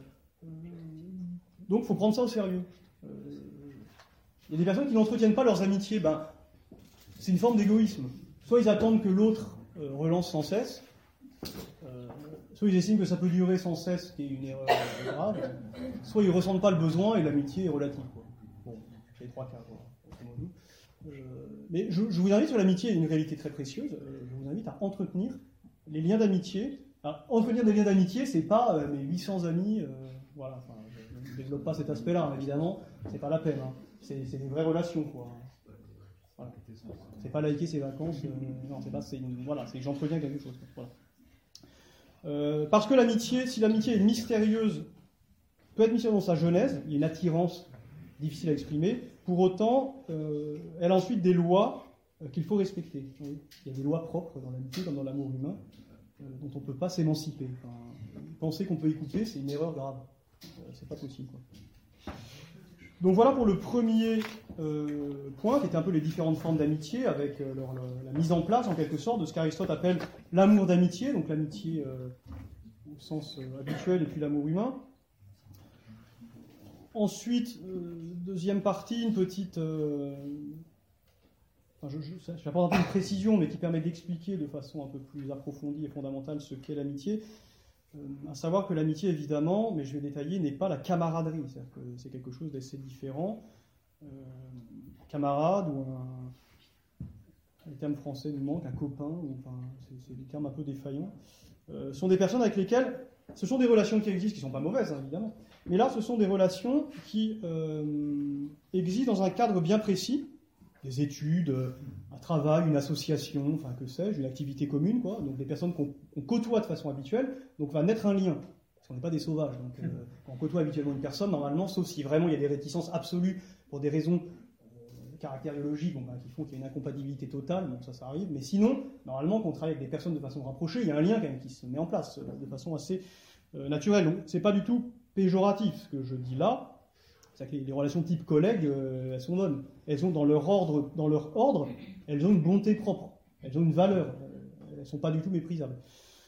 Donc il faut prendre ça au sérieux. Il y a des personnes qui n'entretiennent pas leurs amitiés. C'est une forme d'égoïsme. Soit ils attendent que l'autre relance sans cesse, soit ils estiment que ça peut durer sans cesse, ce qui est une erreur grave, soit ils ne ressentent pas le besoin et l'amitié est relative. Bon, c'est les 3 cas. Mais je vous invite sur l'amitié, une réalité très précieuse, je vous invite à entretenir les liens d'amitié. Alors, entretenir des liens d'amitié, c'est pas mes 800 amis, voilà, enfin, je ne développe pas cet aspect-là, évidemment, c'est pas la peine, hein. C'est des vraies relations, quoi. Voilà. C'est pas liker ses vacances, non, c'est pas, c'est que j'entretiens quelque chose. Voilà. Parce que l'amitié, si l'amitié est mystérieuse, peut être mystérieuse dans sa genèse, il y a une attirance difficile à exprimer, pour autant, elle a ensuite des lois qu'il faut respecter. Oui. Il y a des lois propres dans l'amitié comme dans l'amour humain, dont on ne peut pas s'émanciper. Enfin, penser qu'on peut y couper, c'est une erreur grave. C'est pas possible, quoi. Donc voilà pour le premier point, qui était un peu les différentes formes d'amitié, avec la mise en place, en quelque sorte, de ce qu'Aristote appelle l'amour d'amitié, donc l'amitié au sens habituel, et puis l'amour humain. Ensuite, deuxième partie, une petite... je vais apporter une précision, mais qui permet d'expliquer de façon un peu plus approfondie et fondamentale ce qu'est l'amitié. À savoir que l'amitié, évidemment, mais je vais détailler, n'est pas la camaraderie. C'est-à-dire que c'est quelque chose d'assez différent. Camarade, ou les termes français nous manquent, un copain, c'est des termes un peu défaillants, sont des personnes avec lesquelles, ce sont des relations qui existent, qui ne sont pas mauvaises, hein, évidemment, mais là, ce sont des relations qui existent dans un cadre bien précis, des études, un travail, une association, enfin que sais-je, une activité commune, quoi. Donc des personnes qu'on côtoie de façon habituelle, donc va naître un lien. Parce qu'on n'est pas des sauvages. Donc quand on côtoie habituellement une personne, normalement, sauf si vraiment il y a des réticences absolues pour des raisons caractériologiques qui font qu'il y a une incompatibilité totale, donc ça arrive. Mais sinon, normalement, quand on travaille avec des personnes de façon rapprochée, il y a un lien quand même qui se met en place de façon assez naturelle. Donc c'est pas du tout péjoratif ce que je dis là. C'est-à-dire que les relations type collègues, elles sont bonnes. Elles ont dans leur ordre, elles ont une bonté propre. Elles ont une valeur. Elles ne sont pas du tout méprisables.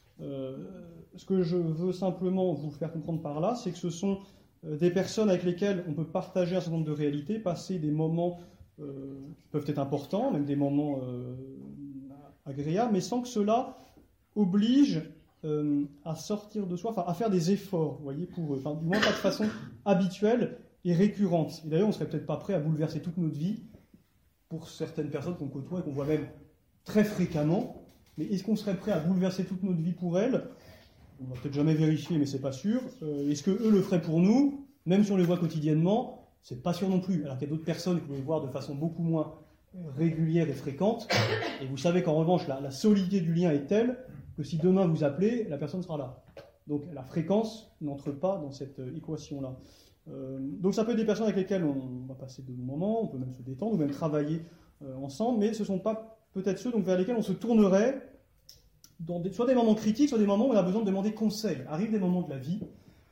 Ce que je veux simplement vous faire comprendre par là, c'est que ce sont des personnes avec lesquelles on peut partager un certain nombre de réalités, passer des moments qui peuvent être importants, même des moments agréables, mais sans que cela oblige à sortir de soi, à faire des efforts, vous voyez, pour eux. Du moins pas de façon habituelle et récurrente. Et d'ailleurs, on ne serait peut-être pas prêt à bouleverser toute notre vie pour certaines personnes qu'on côtoie et qu'on voit même très fréquemment. Mais est-ce qu'on serait prêt à bouleverser toute notre vie pour elles ? On va peut-être jamais vérifier, mais c'est pas sûr. Est-ce que eux le feraient pour nous ? Même si on les voit quotidiennement, c'est pas sûr non plus. Alors qu'il y a d'autres personnes que vous pouvez voir de façon beaucoup moins régulière et fréquente. Et vous savez qu'en revanche, la solidité du lien est telle que si demain vous appelez, la personne sera là. Donc la fréquence n'entre pas dans cette équation-là. Donc ça peut être des personnes avec lesquelles on va passer de bons moments, on peut même se détendre, ou même travailler ensemble, mais ce ne sont pas peut-être ceux vers lesquels on se tournerait dans soit des moments critiques, soit des moments où on a besoin de demander conseil. Arrivent des moments de la vie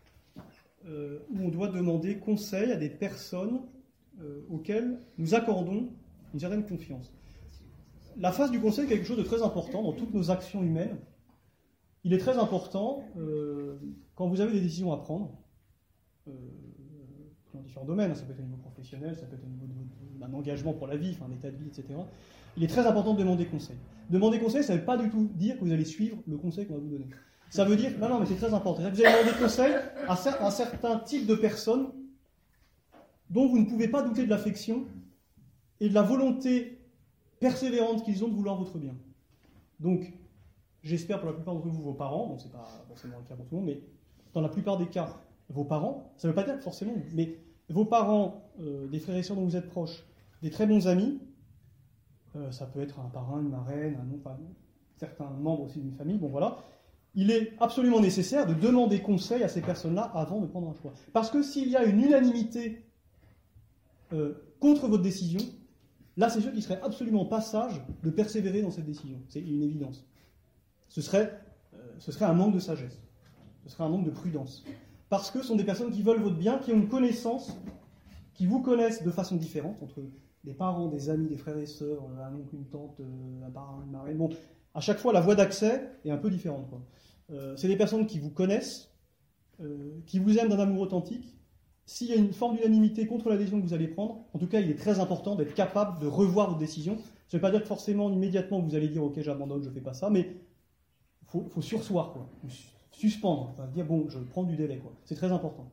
où on doit demander conseil à des personnes auxquelles nous accordons une certaine confiance. La phase du conseil est quelque chose de très important dans toutes nos actions humaines. Il est très important, quand vous avez des décisions à prendre, dans différents domaines, ça peut être au niveau professionnel, ça peut être au niveau d'un engagement pour la vie, un état de vie, etc. Il est très important de demander conseil. Demander conseil, ça ne veut pas du tout dire que vous allez suivre le conseil qu'on va vous donner. Ça veut dire, non, mais c'est très important. Vous allez demander conseil à un certain type de personnes dont vous ne pouvez pas douter de l'affection et de la volonté persévérante qu'ils ont de vouloir votre bien. Donc, j'espère pour la plupart d'entre vous, vos parents, donc c'est pas forcément le cas pour tout le monde, mais dans la plupart des cas, vos parents, ça ne veut pas dire forcément, mais vos parents, des frères et sœurs dont vous êtes proches, des très bons amis, ça peut être un parrain, une marraine, certains membres aussi d'une famille, bon voilà, il est absolument nécessaire de demander conseil à ces personnes-là avant de prendre un choix. Parce que s'il y a une unanimité contre votre décision, là c'est sûr qu'il serait absolument pas sage de persévérer dans cette décision. C'est une évidence. Ce serait un manque de sagesse. Ce serait un manque de prudence. Parce que ce sont des personnes qui veulent votre bien, qui ont une connaissance, qui vous connaissent de façon différente, entre des parents, des amis, des frères et sœurs, un oncle, une tante, un parrain, une marraine. Bon, à chaque fois, la voie d'accès est un peu différente, quoi. C'est des personnes qui vous connaissent, qui vous aiment d'un amour authentique. S'il y a une forme d'unanimité contre la décision que vous allez prendre, en tout cas, il est très important d'être capable de revoir votre décision. Ça ne veut pas dire que forcément, immédiatement, vous allez dire « Ok, j'abandonne, je ne fais pas ça », mais il faut surseoir, quoi. Suspendre, enfin, dire « Bon, je prends du délai », quoi. C'est très important.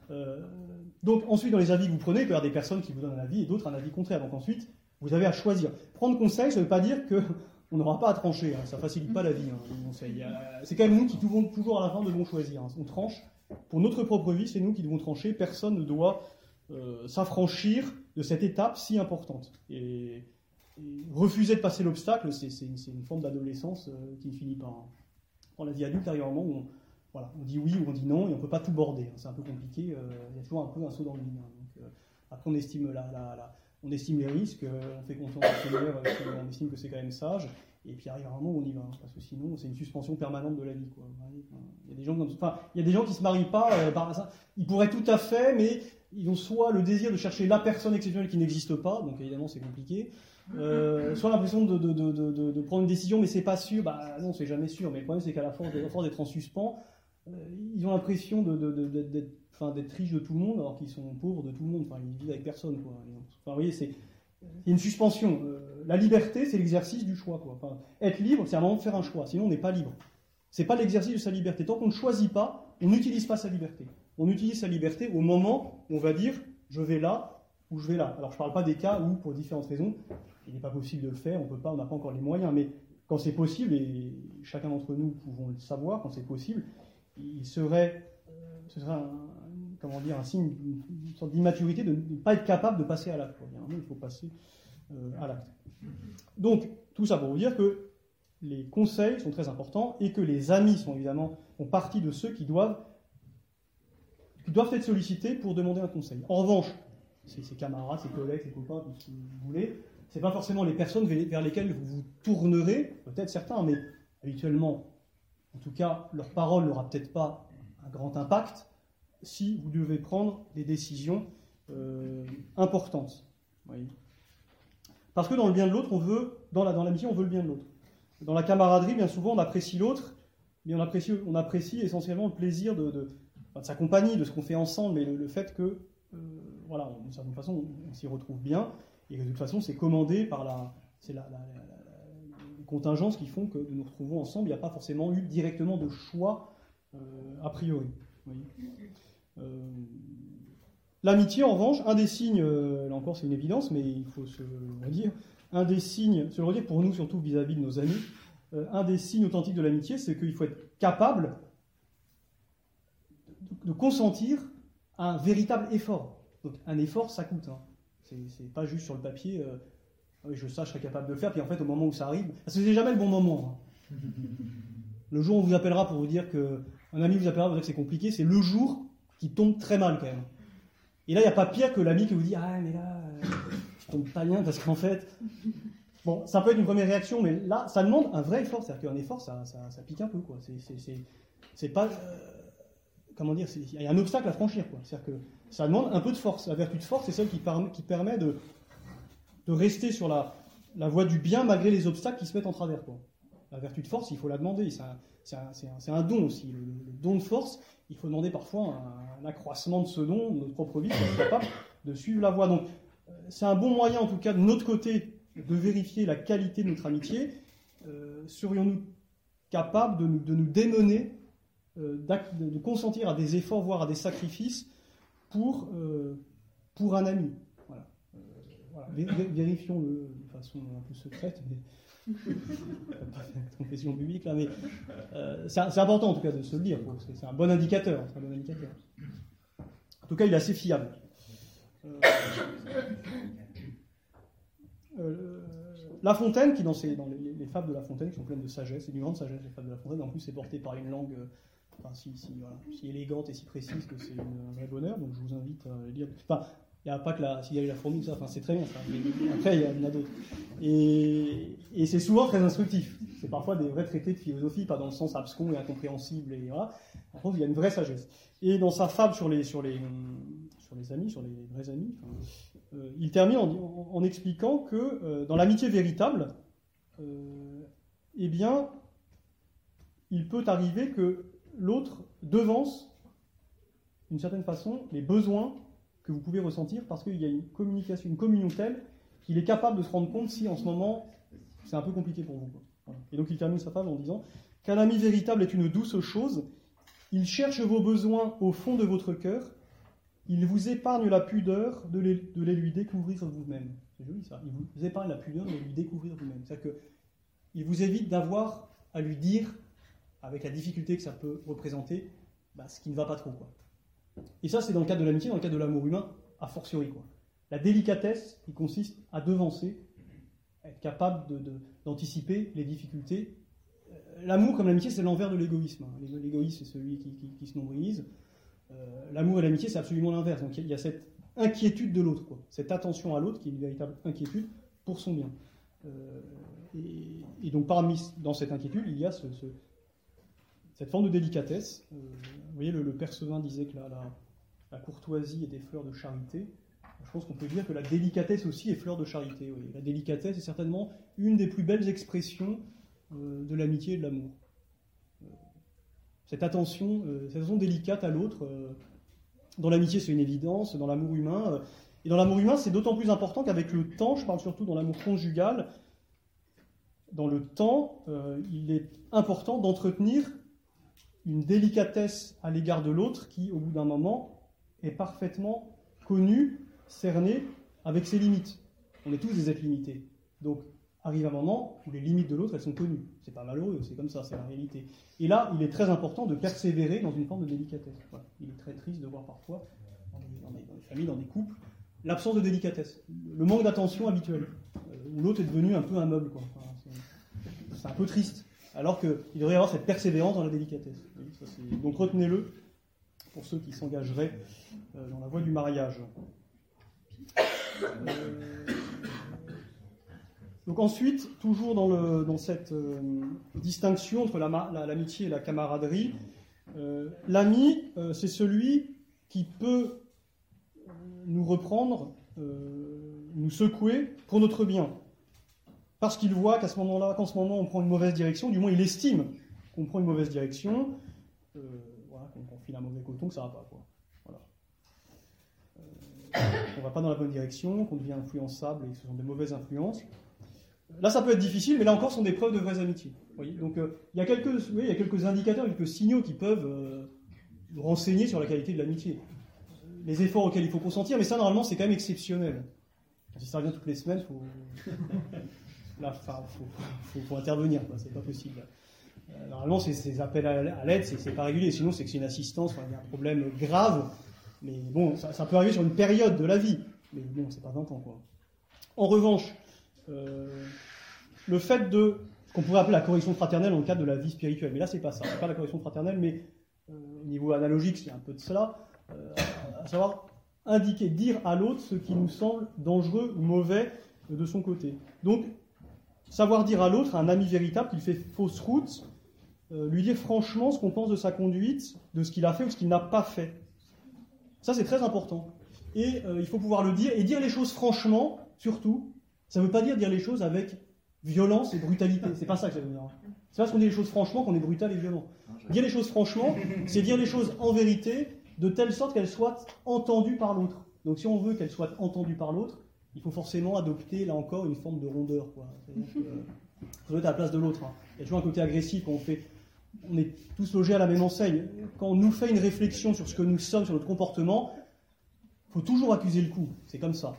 Donc ensuite, dans les avis que vous prenez, il peut y avoir des personnes qui vous donnent un avis et d'autres un avis contraire. Donc ensuite, vous avez à choisir. Prendre conseil, ça ne veut pas dire qu'on n'aura pas à trancher. Ça ne facilite pas la vie, les conseils. C'est quand même nous qui devons toujours à la fin devons choisir. On tranche. Pour notre propre vie, c'est nous qui devons trancher. Personne ne doit s'affranchir de cette étape si importante. Et refuser de passer l'obstacle, c'est une forme d'adolescence qui ne finit pas. Dans la vie adulte, arrive un moment où on dit oui ou on dit non et on ne peut pas tout border. C'est un peu compliqué. Il y a toujours un peu un saut dans le vide. Donc, après, on estime on estime les risques, on fait confiance au Seigneur, on estime que c'est quand même sage. Et puis arrive un moment où on y va, parce que sinon c'est une suspension permanente de la vie, quoi. Il y a des gens qui se marient pas par ça. Ils pourraient tout à fait, mais ils ont soit le désir de chercher la personne exceptionnelle qui n'existe pas, donc évidemment c'est compliqué, soit l'impression de prendre une décision, mais c'est pas sûr. Non, c'est jamais sûr. Mais le problème c'est qu'à la force d'être en suspens, ils ont l'impression d'être riches de tout le monde, alors qu'ils sont pauvres de tout le monde. Enfin, ils vivent avec personne, quoi. Enfin, vous voyez, c'est une suspension. La liberté, c'est l'exercice du choix, quoi. Enfin, être libre, c'est un moment de faire un choix. Sinon, on n'est pas libre. C'est pas l'exercice de sa liberté. Tant qu'on ne choisit pas, on n'utilise pas sa liberté. On utilise sa liberté au moment où on va dire « je vais là » ou « je vais là ». Alors, je ne parle pas des cas où, pour différentes raisons, il n'est pas possible de le faire, on n'a pas encore les moyens, mais quand c'est possible, et chacun d'entre nous pouvons le savoir, quand c'est possible, ce serait un signe, une sorte d'immaturité de ne pas être capable de passer à l'acte. Il y a un moment, il faut passer à l'acte. Donc, tout ça pour vous dire que les conseils sont très importants et que les amis font partie de ceux qui doivent être sollicités pour demander un conseil. En revanche, ses camarades, ses collègues, ses copains, tout ce que vous voulez, ce n'est pas forcément les personnes vers lesquelles vous vous tournerez, peut-être certains, mais habituellement, en tout cas, leur parole n'aura peut-être pas un grand impact si vous devez prendre des décisions importantes. Oui. Parce que dans le bien de l'autre, dans l'amitié, on veut le bien de l'autre. Dans la camaraderie, bien souvent, on apprécie l'autre, mais on apprécie essentiellement le plaisir de sa compagnie, de ce qu'on fait ensemble, mais le fait que, d'une certaine façon, on s'y retrouve bien, et que de toute façon, c'est commandé par les contingences qui font que nous nous retrouvons ensemble. Il n'y a pas forcément eu directement de choix a priori. Oui. L'amitié, en revanche, un des signes, là encore c'est une évidence, mais il faut se le redire, un des signes, se le redire pour nous surtout vis-à-vis de nos amis, un des signes authentiques de l'amitié, c'est qu'il faut être capable de consentir à un véritable effort. Donc un effort, ça coûte. C'est pas juste sur le papier, je serai capable de le faire, puis en fait au moment où ça arrive, parce que c'est jamais le bon moment. Le jour où on vous appellera pour vous dire que, un ami vous appellera pour vous dire que c'est compliqué, c'est le jour qui tombe très mal quand même. Et là, il n'y a pas pire que l'ami qui vous dit « Ah, mais là, je tombe pas bien parce qu'en fait... » Bon, ça peut être une première réaction, mais là, ça demande un vrai effort. C'est-à-dire qu'un effort, ça pique un peu, quoi. C'est pas... comment dire, il y a un obstacle à franchir, quoi. C'est-à-dire que ça demande un peu de force. La vertu de force, c'est celle qui permet de rester sur la voie du bien malgré les obstacles qui se mettent en travers, quoi. La vertu de force, il faut la demander. C'est un don aussi. Le don de force, il faut demander parfois un accroissement de ce don, de notre propre vie, pour être capable de suivre la voie. Donc, c'est un bon moyen, en tout cas, de notre côté, de vérifier la qualité de notre amitié. Serions-nous capables de nous démener, de consentir à des efforts, voire à des sacrifices pour un ami. voilà, vérifions-le de façon un peu secrète, mais pas faire une confession publique là, mais c'est important en tout cas de se le dire, parce que c'est un bon indicateur. En tout cas, il est assez fiable. La Fontaine, qui dans les fables de La Fontaine, qui sont pleines de sagesse, et d'une grande sagesse, les fables de La Fontaine, en plus c'est porté par une langue si élégante et si précise que c'est un vrai bonheur, donc je vous invite à les lire. Enfin, il n'y a pas que s'il y a eu la fourmi, ça, c'est très bien, ça. Mais après, il y en a d'autres. Et c'est souvent très instructif. C'est parfois des vrais traités de philosophie, pas dans le sens abscon et incompréhensible, et voilà. Par contre, il y a une vraie sagesse. Et dans sa fable sur les amis, sur les vrais amis, il termine en expliquant que dans l'amitié véritable, eh bien, il peut arriver que l'autre devance, d'une certaine façon, les besoins que vous pouvez ressentir parce qu'il y a une communication, une communion telle qu'il est capable de se rendre compte si en ce moment c'est un peu compliqué pour vous. Voilà. Et donc il termine sa fable en disant qu'un ami véritable est une douce chose, il cherche vos besoins au fond de votre cœur, il vous épargne la pudeur de les lui découvrir vous-même. C'est joli ça, il vous épargne la pudeur de les lui découvrir vous-même. C'est-à-dire qu'il vous évite d'avoir à lui dire, avec la difficulté que ça peut représenter, ce qui ne va pas trop, quoi. Et ça, c'est dans le cadre de l'amitié, dans le cadre de l'amour humain, a fortiori, quoi. La délicatesse qui consiste à devancer, être capable d'anticiper les difficultés. L'amour, comme l'amitié, c'est l'envers de l'égoïsme. L'égoïsme, c'est celui qui se nombrilise. L'amour et l'amitié, c'est absolument l'inverse. Donc il y a cette inquiétude de l'autre, quoi. Cette attention à l'autre qui est une véritable inquiétude pour son bien. Et donc dans cette inquiétude, il y a cette forme de délicatesse. Vous voyez, le père Sevin disait que la courtoisie est des fleurs de charité. Je pense qu'on peut dire que la délicatesse aussi est fleur de charité. Oui. La délicatesse est certainement une des plus belles expressions de l'amitié et de l'amour. Cette attention délicate à l'autre, dans l'amitié c'est une évidence, dans l'amour humain. Et dans l'amour humain c'est d'autant plus important qu'avec le temps, je parle surtout dans l'amour conjugal, dans le temps, il est important d'entretenir une délicatesse à l'égard de l'autre qui, au bout d'un moment, est parfaitement connue, cernée, avec ses limites. On est tous des êtres limités. Donc, arrive un moment où les limites de l'autre, elles sont connues. C'est pas malheureux, c'est comme ça, c'est la réalité. Et là, il est très important de persévérer dans une forme de délicatesse. Voilà. Il est très triste de voir parfois, dans les familles, dans des couples, l'absence de délicatesse, le manque d'attention habituel, où l'autre est devenu un peu un meuble, quoi. Enfin, c'est un peu triste. Alors qu'il devrait y avoir cette persévérance dans la délicatesse. Donc retenez-le pour ceux qui s'engageraient dans la voie du mariage. Donc ensuite, toujours dans cette distinction entre l'amitié et la camaraderie, l'ami, c'est celui qui peut nous reprendre, nous secouer pour notre bien. Parce qu'il voit qu'en ce moment on prend une mauvaise direction, du moins il estime qu'on prend une mauvaise direction, qu'on file un mauvais coton, que ça ne va pas, quoi. Voilà. Qu'on ne va pas dans la bonne direction, qu'on devient influençable et que ce sont des mauvaises influences. Là ça peut être difficile, mais là encore ce sont des preuves de vraies amitiés. Vous voyez, donc il y a quelques indicateurs, quelques signaux qui peuvent nous renseigner sur la qualité de l'amitié. Les efforts auxquels il faut consentir, mais ça normalement c'est quand même exceptionnel. Si ça revient toutes les semaines, là, faut intervenir, quoi. C'est pas possible. Normalement, ces appels à l'aide, c'est pas régulier. Sinon, c'est que c'est une assistance, il y a un problème grave. Mais bon, ça peut arriver sur une période de la vie. Mais bon, c'est pas 20 ans, quoi. En revanche, le fait de ce qu'on pourrait appeler la correction fraternelle dans le cadre de la vie spirituelle, mais là, c'est pas ça. C'est pas la correction fraternelle, mais au niveau analogique, il y a un peu de cela. À savoir indiquer, dire à l'autre ce qui nous semble dangereux ou mauvais de son côté. Donc, savoir dire à l'autre, à un ami véritable, qu'il fait fausse route, lui dire franchement ce qu'on pense de sa conduite, de ce qu'il a fait ou ce qu'il n'a pas fait. Ça, c'est très important. Et il faut pouvoir le dire, et dire les choses franchement, surtout. Ça ne veut pas dire les choses avec violence et brutalité. C'est pas ça que ça veut dire. C'est parce qu'on dit les choses franchement qu'on est brutal et violent. Dire les choses franchement, c'est dire les choses en vérité, de telle sorte qu'elles soient entendues par l'autre. Donc si on veut qu'elles soient entendues par l'autre, il faut forcément adopter, là encore, une forme de rondeur, quoi. C'est-à-dire qu'il faut être à la place de l'autre. Hein. Il y a toujours un côté agressif quand on est tous logés à la même enseigne. Quand on nous fait une réflexion sur ce que nous sommes, sur notre comportement, il faut toujours accuser le coup. C'est comme ça. Donc,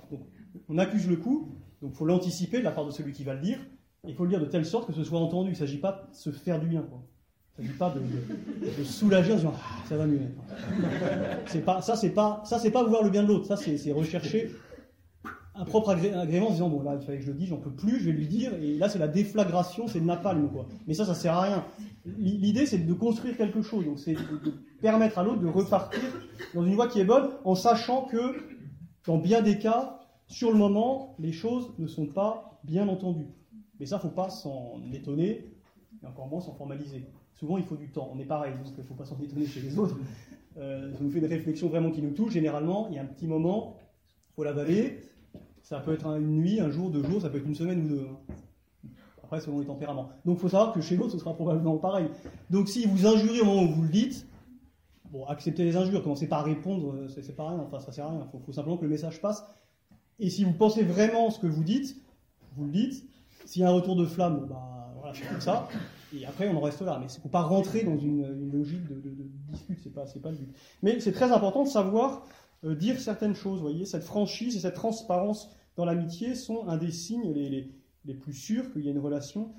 On accuse le coup, donc il faut l'anticiper de la part de celui qui va le dire, et il faut le dire de telle sorte que ce soit entendu. Il ne s'agit pas de se faire du bien, quoi. Il ne s'agit pas de soulager en disant « ça va mieux ». Ça, c'est pas vouloir le bien de l'autre. Ça, c'est rechercher un propre agrément en disant « bon, là, il fallait que je le dise, j'en peux plus, je vais lui dire ». Et là, c'est la déflagration, c'est le napalm, quoi. Mais ça sert à rien. L'idée, c'est de construire quelque chose. Donc, c'est de permettre à l'autre de repartir dans une voie qui est bonne, en sachant que, dans bien des cas, sur le moment, les choses ne sont pas bien entendues. Mais ça, il ne faut pas s'en étonner, et encore moins s'en formaliser. Souvent, il faut du temps. On est pareil, donc il ne faut pas s'en étonner chez les autres. Ça nous fait des réflexions vraiment qui nous touchent. Généralement, il y a un petit moment, il faut l'avaler. Ça peut être une nuit, un jour, 2 jours, ça peut être une semaine ou 2. Après, selon les tempéraments. Donc, il faut savoir que chez l'autre, ce sera probablement pareil. Donc, si vous injuriez au moment où vous le dites, bon, acceptez les injures, commencez pas à répondre, c'est pas rien, enfin, ça sert à rien. Il faut simplement que le message passe. Et si vous pensez vraiment ce que vous le dites. S'il y a un retour de flamme, bah, voilà, c'est comme ça. Et après, on en reste là. Mais il ne faut pas rentrer dans une logique de dispute, c'est pas le but. Mais c'est très important de savoir dire certaines choses. Vous voyez, cette franchise et cette transparence dans l'amitié sont un des signes les plus sûrs qu'il y a une relation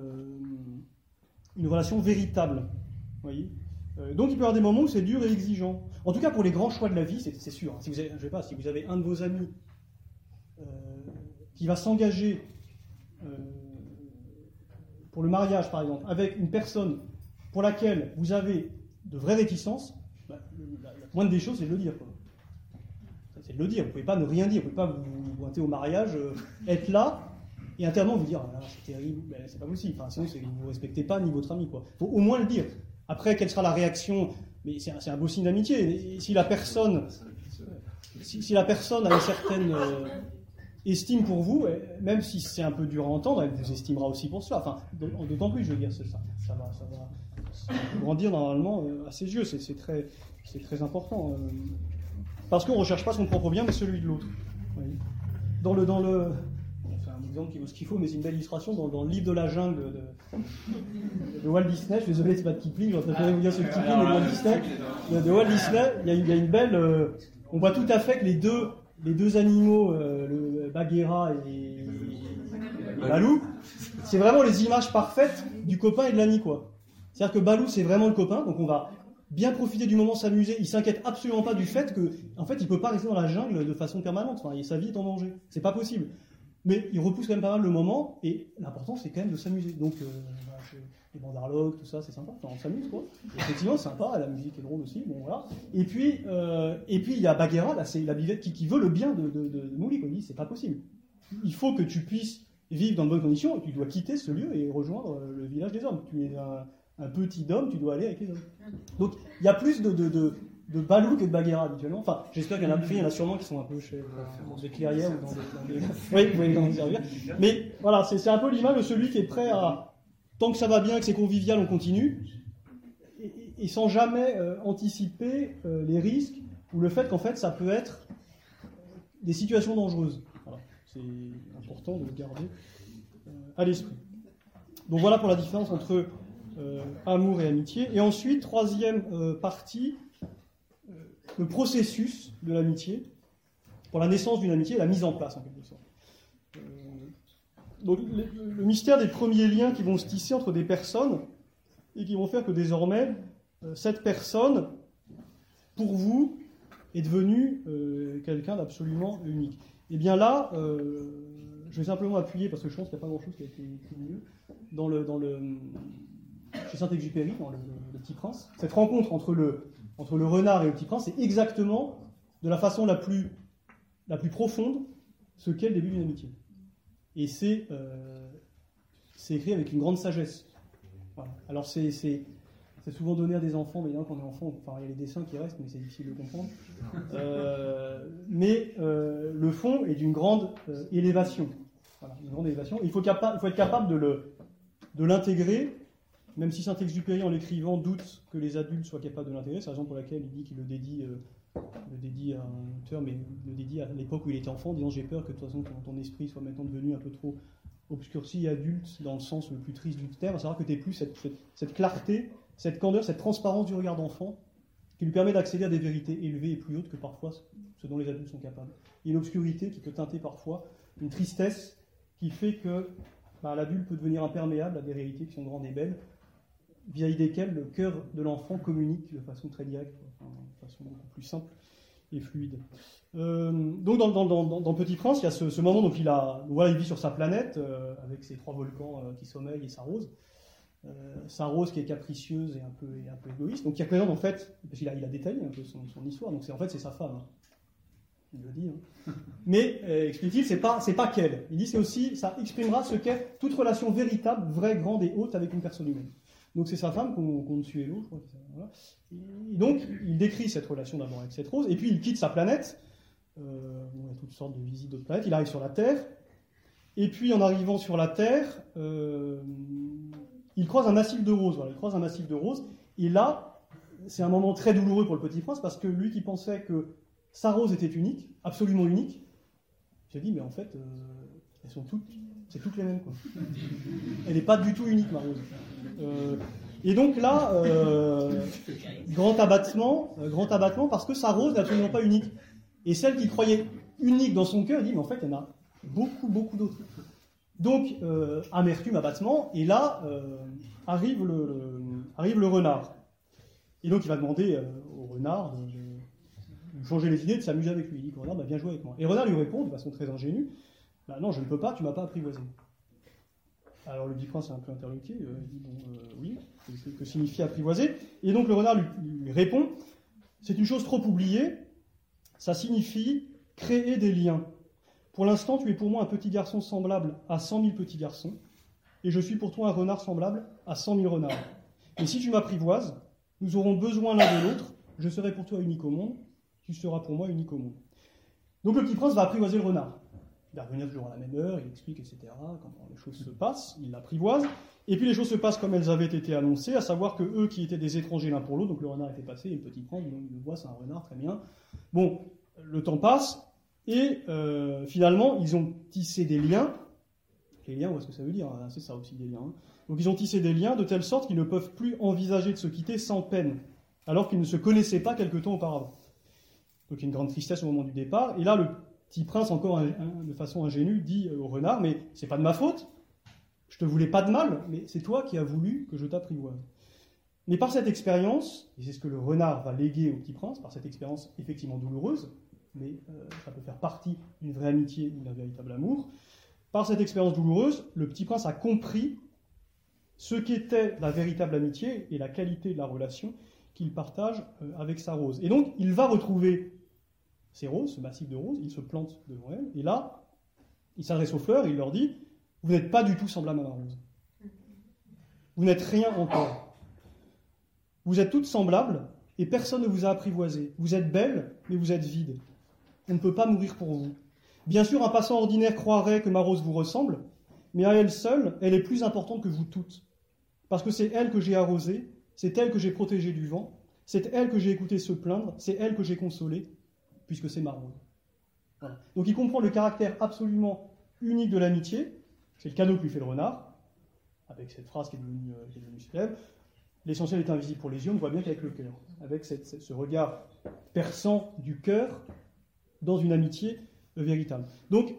véritable. Vous voyez. Donc il peut y avoir des moments où c'est dur et exigeant. En tout cas, pour les grands choix de la vie, c'est sûr. Hein. Si vous avez un de vos amis qui va s'engager pour le mariage, par exemple, avec une personne pour laquelle vous avez de vraies réticences, bah, la moindre des choses, c'est de le dire, quoi. C'est de le dire. Vous ne pouvez pas ne rien dire. Vous ne pouvez pas vous pointer au mariage, être là, et intérieurement vous dire ah, c'est terrible, ben, c'est pas possible. Enfin, sinon, vous ne respectez pas ni votre ami, quoi. Il faut au moins le dire. Après, quelle sera la réaction? Mais c'est un beau signe d'amitié. Et si la personne a une certaine estime pour vous, même si c'est un peu dur à entendre, elle vous estimera aussi pour cela. Enfin, d'autant plus, je veux dire, ça va grandir normalement à ses yeux. C'est très important. Parce qu'on ne recherche pas son propre bien, mais celui de l'autre. Oui. Dans le c'est un exemple qui vaut ce qu'il faut, mais c'est une belle illustration. Dans le livre de la jungle de Walt Disney, je suis désolé, c'est pas de Kipling, je préférais vous dire ce Kipling, mais de Walt Disney. De Walt Disney, il y a une belle. On voit tout à fait que les deux animaux, le Bagheera et Balou, c'est vraiment les images parfaites du copain et de l'ami, quoi. C'est-à-dire que Balou, c'est vraiment le copain, donc on va bien profiter du moment, s'amuser. Il s'inquiète absolument pas du fait que, en fait, il peut pas rester dans la jungle de façon permanente. Enfin, sa vie est en danger. C'est pas possible. Mais il repousse quand même pas mal le moment, et l'important, c'est quand même de s'amuser. Donc, les bandarlogues, tout ça, c'est sympa. Enfin, on s'amuse, quoi. Et effectivement, c'est sympa. La musique est drôle aussi. Bon, voilà. Et puis, il y a Bagheera, là, c'est la bivette qui veut le bien de Mowgli. Il dit, c'est pas possible. Il faut que tu puisses vivre dans de bonnes conditions, et tu dois quitter ce lieu et rejoindre le village des hommes. Tu es un petit homme, tu dois aller avec les hommes. Donc, il y a plus de Balou que de Bagheera, habituellement. Enfin, j'espère qu'il y en a sûrement qui sont un peu chez des clairières ou dans des... Oui, vous pouvez en servir. Mais voilà, c'est un peu l'image de celui qui est prêt à, tant que ça va bien, que c'est convivial, on continue, et sans jamais anticiper les risques ou le fait qu'en fait, ça peut être des situations dangereuses. Voilà. C'est important de le garder à l'esprit. Donc voilà pour la différence entre amour et amitié. Et ensuite, troisième partie, le processus de l'amitié, pour la naissance d'une amitié et la mise en place, en quelque sorte. Donc, le mystère des premiers liens qui vont se tisser entre des personnes et qui vont faire que désormais, cette personne, pour vous, est devenue quelqu'un d'absolument unique. Et bien là, je vais simplement appuyer, parce que je pense qu'il n'y a pas grand-chose qui a été mieux, chez Saint-Exupéry, dans le Petit Prince, cette rencontre entre le renard et le Petit Prince, c'est exactement, de la façon la plus profonde, ce qu'est le début d'une amitié. Et c'est écrit avec une grande sagesse. Voilà. Alors c'est souvent donné à des enfants, mais quand on est enfant, enfin, il y a les dessins qui restent, mais c'est difficile de comprendre. Mais le fond est d'une grande élévation. Voilà, une grande élévation. Il faut être capable de l'intégrer, même si Saint-Exupéry, en l'écrivant, doute que les adultes soient capables de l'intégrer. C'est la raison pour laquelle il dit qu'il le dédie à un auteur, mais il le dédie à l'époque où il était enfant, en disant « J'ai peur que de toute façon ton esprit soit maintenant devenu un peu trop obscurci et adulte, dans le sens le plus triste du terme, à savoir que tu n'aies plus cette clarté, cette candeur, cette transparence du regard d'enfant qui lui permet d'accéder à des vérités élevées et plus hautes que parfois ce dont les adultes sont capables. Il y a une obscurité qui peut teinter parfois, une tristesse qui fait que l'adulte peut devenir imperméable à des réalités qui sont grandes et belles, vis-à-vis desquelles le cœur de l'enfant communique de façon très directe, de façon beaucoup plus simple et fluide. Donc dans Petit Prince, il y a ce moment, donc il vit sur sa planète, avec ses 3 volcans qui sommeillent et sa rose. Sa rose qui est capricieuse et un peu égoïste, donc qui représente en fait, parce qu'il a détaillé un peu son histoire, donc c'est sa femme, il le dit, mais explique-t-il, c'est pas qu'elle, il dit c'est aussi, ça exprimera ce qu'est toute relation véritable, vraie, grande et haute avec une personne humaine. Donc c'est sa femme qu'on tue l'eau, je crois. Voilà. Et donc il décrit cette relation d'abord avec cette rose, et puis il quitte sa planète, il y a toutes sortes de visites d'autres planètes, il arrive sur la Terre, et puis en arrivant sur la Terre, il croise un massif de roses, et là, c'est un moment très douloureux pour le Petit Prince, parce que lui qui pensait que sa rose était unique, absolument unique, j'ai dit, mais en fait, c'est toutes les mêmes, quoi. Elle n'est pas du tout unique, ma rose. Et donc là, grand abattement, parce que sa rose n'est absolument pas unique. Et celle qu'il croyait unique dans son cœur, il dit, mais en fait, il y en a beaucoup, beaucoup d'autres. Donc, amertume, abattement, et là, arrive le renard. Et donc, il va demander au renard de changer les idées, de s'amuser avec lui. Il dit au renard, viens jouer avec moi. Et le renard lui répond, de façon très ingénue, non, je ne peux pas, tu ne m'as pas apprivoisé. Alors, le Petit Prince est un peu interloqué, il dit, oui, que signifie apprivoiser? Et donc, le renard lui répond, c'est une chose trop oubliée, ça signifie créer des liens. Pour l'instant, tu es pour moi un petit garçon semblable à 100 000 petits garçons, et je suis pour toi un renard semblable à 100 000 renards. Et si tu m'apprivoises, nous aurons besoin l'un de l'autre, je serai pour toi unique au monde, tu seras pour moi unique au monde. Donc le Petit Prince va apprivoiser le renard. Il va revenir toujours à la même heure, il explique, etc., comment les choses se passent, il l'apprivoise, et puis les choses se passent comme elles avaient été annoncées, à savoir que eux qui étaient des étrangers l'un pour l'autre, donc le renard était passé, et le Petit Prince, donc il le voit, c'est un renard, très bien. Bon, le temps passe, et finalement, ils ont tissé des liens. Les liens, où est-ce que ça veut dire? C'est ça aussi, des liens. Hein. Donc ils ont tissé des liens de telle sorte qu'ils ne peuvent plus envisager de se quitter sans peine, alors qu'ils ne se connaissaient pas quelque temps auparavant. Donc il y a une grande tristesse au moment du départ. Et là, le Petit Prince, encore de façon ingénue, dit au renard, mais c'est pas de ma faute, je te voulais pas de mal, mais c'est toi qui as voulu que je t'apprivoise. Mais par cette expérience, et c'est ce que le renard va léguer au Petit Prince, par cette expérience effectivement douloureuse, mais ça peut faire partie d'une vraie amitié ou d'un véritable amour, par cette expérience douloureuse, le Petit Prince a compris ce qu'était la véritable amitié et la qualité de la relation qu'il partage avec sa rose. Et donc, il va retrouver ces roses, ce massif de roses, il se plante devant elles, et là, il s'adresse aux fleurs et il leur dit « Vous n'êtes pas du tout semblable à ma rose. Vous n'êtes rien encore. Vous êtes toutes semblables et personne ne vous a apprivoisé. Vous êtes belles, mais vous êtes vides. On ne peut pas mourir pour vous. Bien sûr, un passant ordinaire croirait que ma rose vous ressemble, mais à elle seule, elle est plus importante que vous toutes. Parce que c'est elle que j'ai arrosée, c'est elle que j'ai protégée du vent, c'est elle que j'ai écoutée se plaindre, c'est elle que j'ai consolée, puisque c'est ma rose. Voilà. Donc il comprend le caractère absolument unique de l'amitié, c'est le cadeau que lui fait le renard, avec cette phrase qui est devenue célèbre. L'essentiel est invisible pour les yeux, on ne voit bien qu'avec le cœur, avec ce regard perçant du cœur dans une amitié véritable. Donc,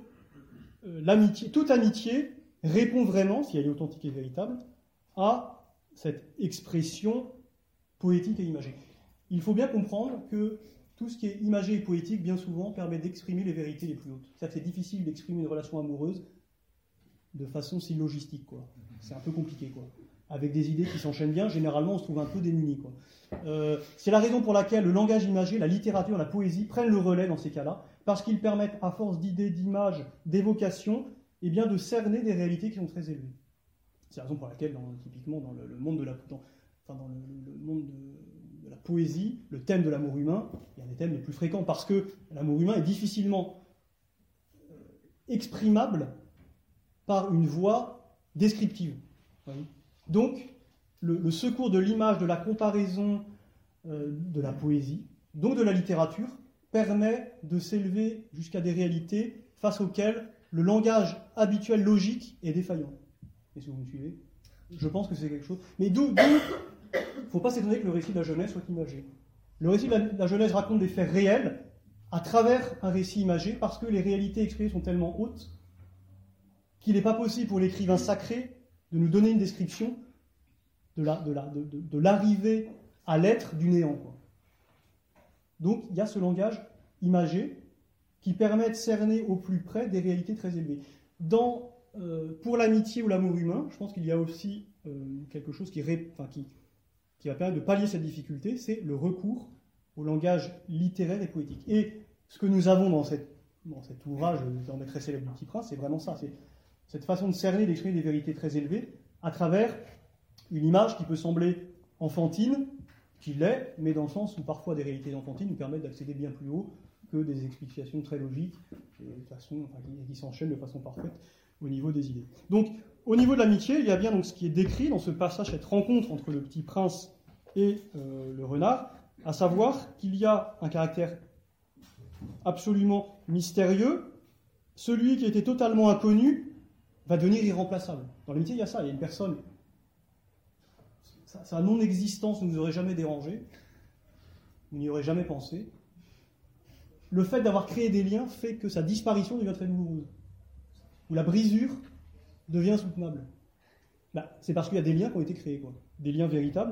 toute amitié répond vraiment, si elle est authentique et véritable, à cette expression poétique et imagée. Il faut bien comprendre que tout ce qui est imagé et poétique, bien souvent, permet d'exprimer les vérités les plus hautes. C'est-à-dire que c'est difficile d'exprimer une relation amoureuse de façon syllogistique, quoi. C'est un peu compliqué, quoi. Avec des idées qui s'enchaînent bien, généralement, on se trouve un peu démuni, quoi. C'est la raison pour laquelle le langage imagé, la littérature, la poésie prennent le relais dans ces cas-là, parce qu'ils permettent, à force d'idées, d'images, d'évocations, eh bien, de cerner des réalités qui sont très élevées. C'est la raison pour laquelle, typiquement, dans le monde de la poésie, le thème de l'amour humain est un des thèmes les plus fréquents, parce que l'amour humain est difficilement exprimable par une voix descriptive. Donc, le secours de l'image, de la comparaison, de la poésie, donc de la littérature, permet de s'élever jusqu'à des réalités face auxquelles le langage habituel logique est défaillant. Est-ce que vous me suivez? Je pense que c'est quelque chose. Mais d'où il ne faut pas s'étonner que le récit de la jeunesse soit imagé. Le récit de la Genèse raconte des faits réels à travers un récit imagé, parce que les réalités exprimées sont tellement hautes qu'il n'est pas possible pour l'écrivain sacré de nous donner une description de l'arrivée à l'être du néant, quoi. Donc il y a ce langage imagé qui permet de cerner au plus près des réalités très élevées. Pour l'amitié ou l'amour humain, je pense qu'il y a aussi quelque chose qui va permettre de pallier cette difficulté, c'est le recours au langage littéraire et poétique. Et ce que nous avons dans cet ouvrage désormais très célèbre du Petit Prince, c'est vraiment ça, c'est cette façon de cerner, d'exprimer des vérités très élevées à travers une image qui peut sembler enfantine, qui l'est, mais dans le sens où parfois des réalités enfantines nous permettent d'accéder bien plus haut que des explications très logiques qui s'enchaînent de façon parfaite au niveau des idées. Donc, au niveau de l'amitié, il y a bien donc ce qui est décrit dans ce passage, cette rencontre entre le Petit Prince et le renard, à savoir qu'il y a un caractère absolument mystérieux. Celui qui était totalement inconnu va devenir irremplaçable. Dans l'amitié, il y a ça, il y a une personne, sa non-existence ne nous aurait jamais dérangé, vous n'y aurez jamais pensé. Le fait d'avoir créé des liens fait que sa disparition devient très douloureuse, ou la brisure devient insoutenable. C'est parce qu'il y a des liens qui ont été créés, quoi. Des liens véritables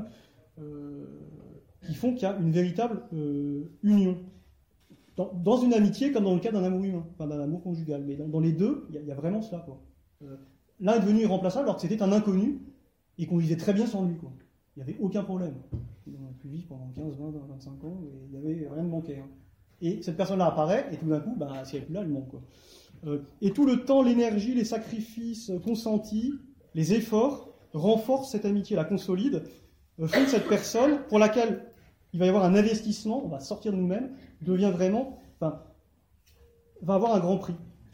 qui font qu'il y a une véritable union. Dans une amitié comme dans le cas d'un amour humain, enfin d'un amour conjugal. Mais dans les deux, il y a vraiment cela, quoi. L'un est devenu irremplaçable alors que c'était un inconnu et qu'on vivait très bien sans lui, quoi. Il n'y avait aucun problème. On a pu vivre pendant 15, 20, 25 ans et il n'y avait rien de manqué. Hein. Et cette personne-là apparaît et tout d'un coup, si elle n'est plus là, elle manque, quoi. Et tout le temps, l'énergie, les sacrifices consentis, les efforts renforcent cette amitié, la consolident, font que cette personne, pour laquelle il va y avoir un investissement, on va sortir de nous-mêmes, devient vraiment, va avoir un grand prix.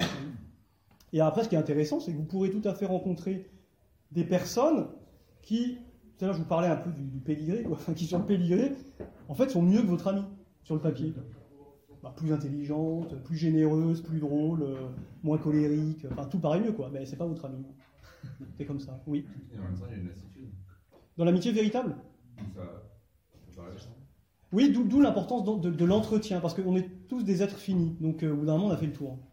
Et après, ce qui est intéressant, c'est que vous pourrez tout à fait rencontrer des personnes qui, tout à l'heure je vous parlais un peu du pédigré, quoi, qui sur le pédigré, en fait, sont mieux que votre ami, sur le papier. Plus intelligente, plus généreuse, plus drôle, moins colérique, tout paraît mieux, quoi, mais c'est pas votre ami. C'est comme ça, oui. Et en même temps, il y a une lassitude. Dans l'amitié véritable ? Ça paraît ça. Oui, d'où l'importance de l'entretien, parce qu'on est tous des êtres finis, donc au bout d'un moment, on a fait le tour.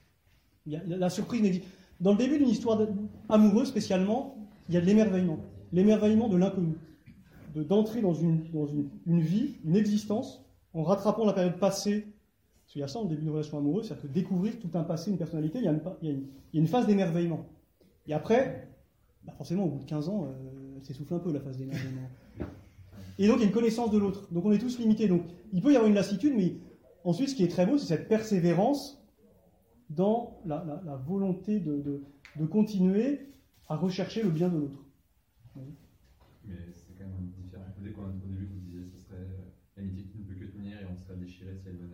La surprise n'existe. Dans le début d'une histoire amoureuse, spécialement, il y a de l'émerveillement de l'inconnu, d'entrer dans une vie, une existence, en rattrapant la période passée. Parce qu'il y a ça en début d'une relation amoureuse, c'est-à-dire que découvrir tout un passé, une personnalité, il y a une phase d'émerveillement. Et après, forcément, au bout de 15 ans, s'essouffle un peu la phase d'émerveillement. Et donc, il y a une connaissance de l'autre. Donc, on est tous limités. Donc, il peut y avoir une lassitude, mais ensuite, ce qui est très beau, c'est cette persévérance dans la volonté de continuer à rechercher le bien de l'autre. Oui. Mais c'est quand même différent. Au début, vous disiez que ce serait l'amitié qui ne peut que tenir et on serait déchiré si elle venait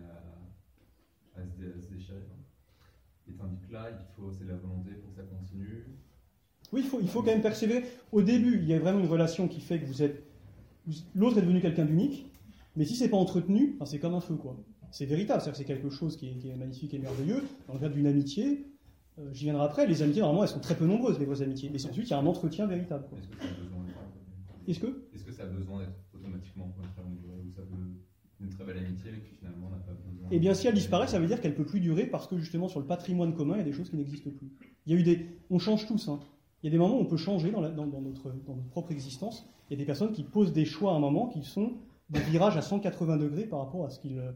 à se déchirer. Et tandis que là, c'est la volonté pour que ça continue. Oui, il faut quand même persévérer. Au début, il y a vraiment une relation qui fait que l'autre est devenu quelqu'un d'unique, mais si c'est pas entretenu, c'est comme un feu, quoi. C'est véritable, c'est-à-dire que c'est quelque chose qui est magnifique et merveilleux. Dans le cadre d'une amitié, j'y viendrai après, les amitiés, normalement, elles sont très peu nombreuses, les vraies amitiés. Mais ensuite, il y a un entretien véritable, quoi. Est-ce que ça a besoin d'être automatiquement pour une très longue durée, ou ça peut une très belle amitié et qui finalement n'a pas besoin... Eh bien, si elle disparaît, ça veut dire qu'elle ne peut plus durer parce que justement, sur le patrimoine commun, il y a des choses qui n'existent plus. On change tous, hein. Il y a des moments où on peut changer dans notre propre existence. Il y a des personnes qui posent des choix à un moment qui sont des virages à 180 degrés par rapport à ce qu'ils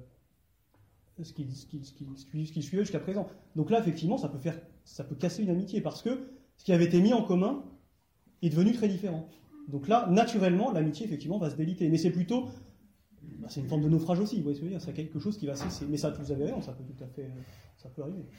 suivaient jusqu'à présent. Donc là, effectivement, ça peut casser une amitié parce que ce qui avait été mis en commun est devenu très différent. Donc là, naturellement, l'amitié, effectivement, va se déliter. Mais c'est plutôt... c'est une forme de naufrage aussi, vous voyez ce que je veux dire. C'est quelque chose qui va cesser. Mais ça, vous avez raison, ça peut tout à fait... ça peut arriver.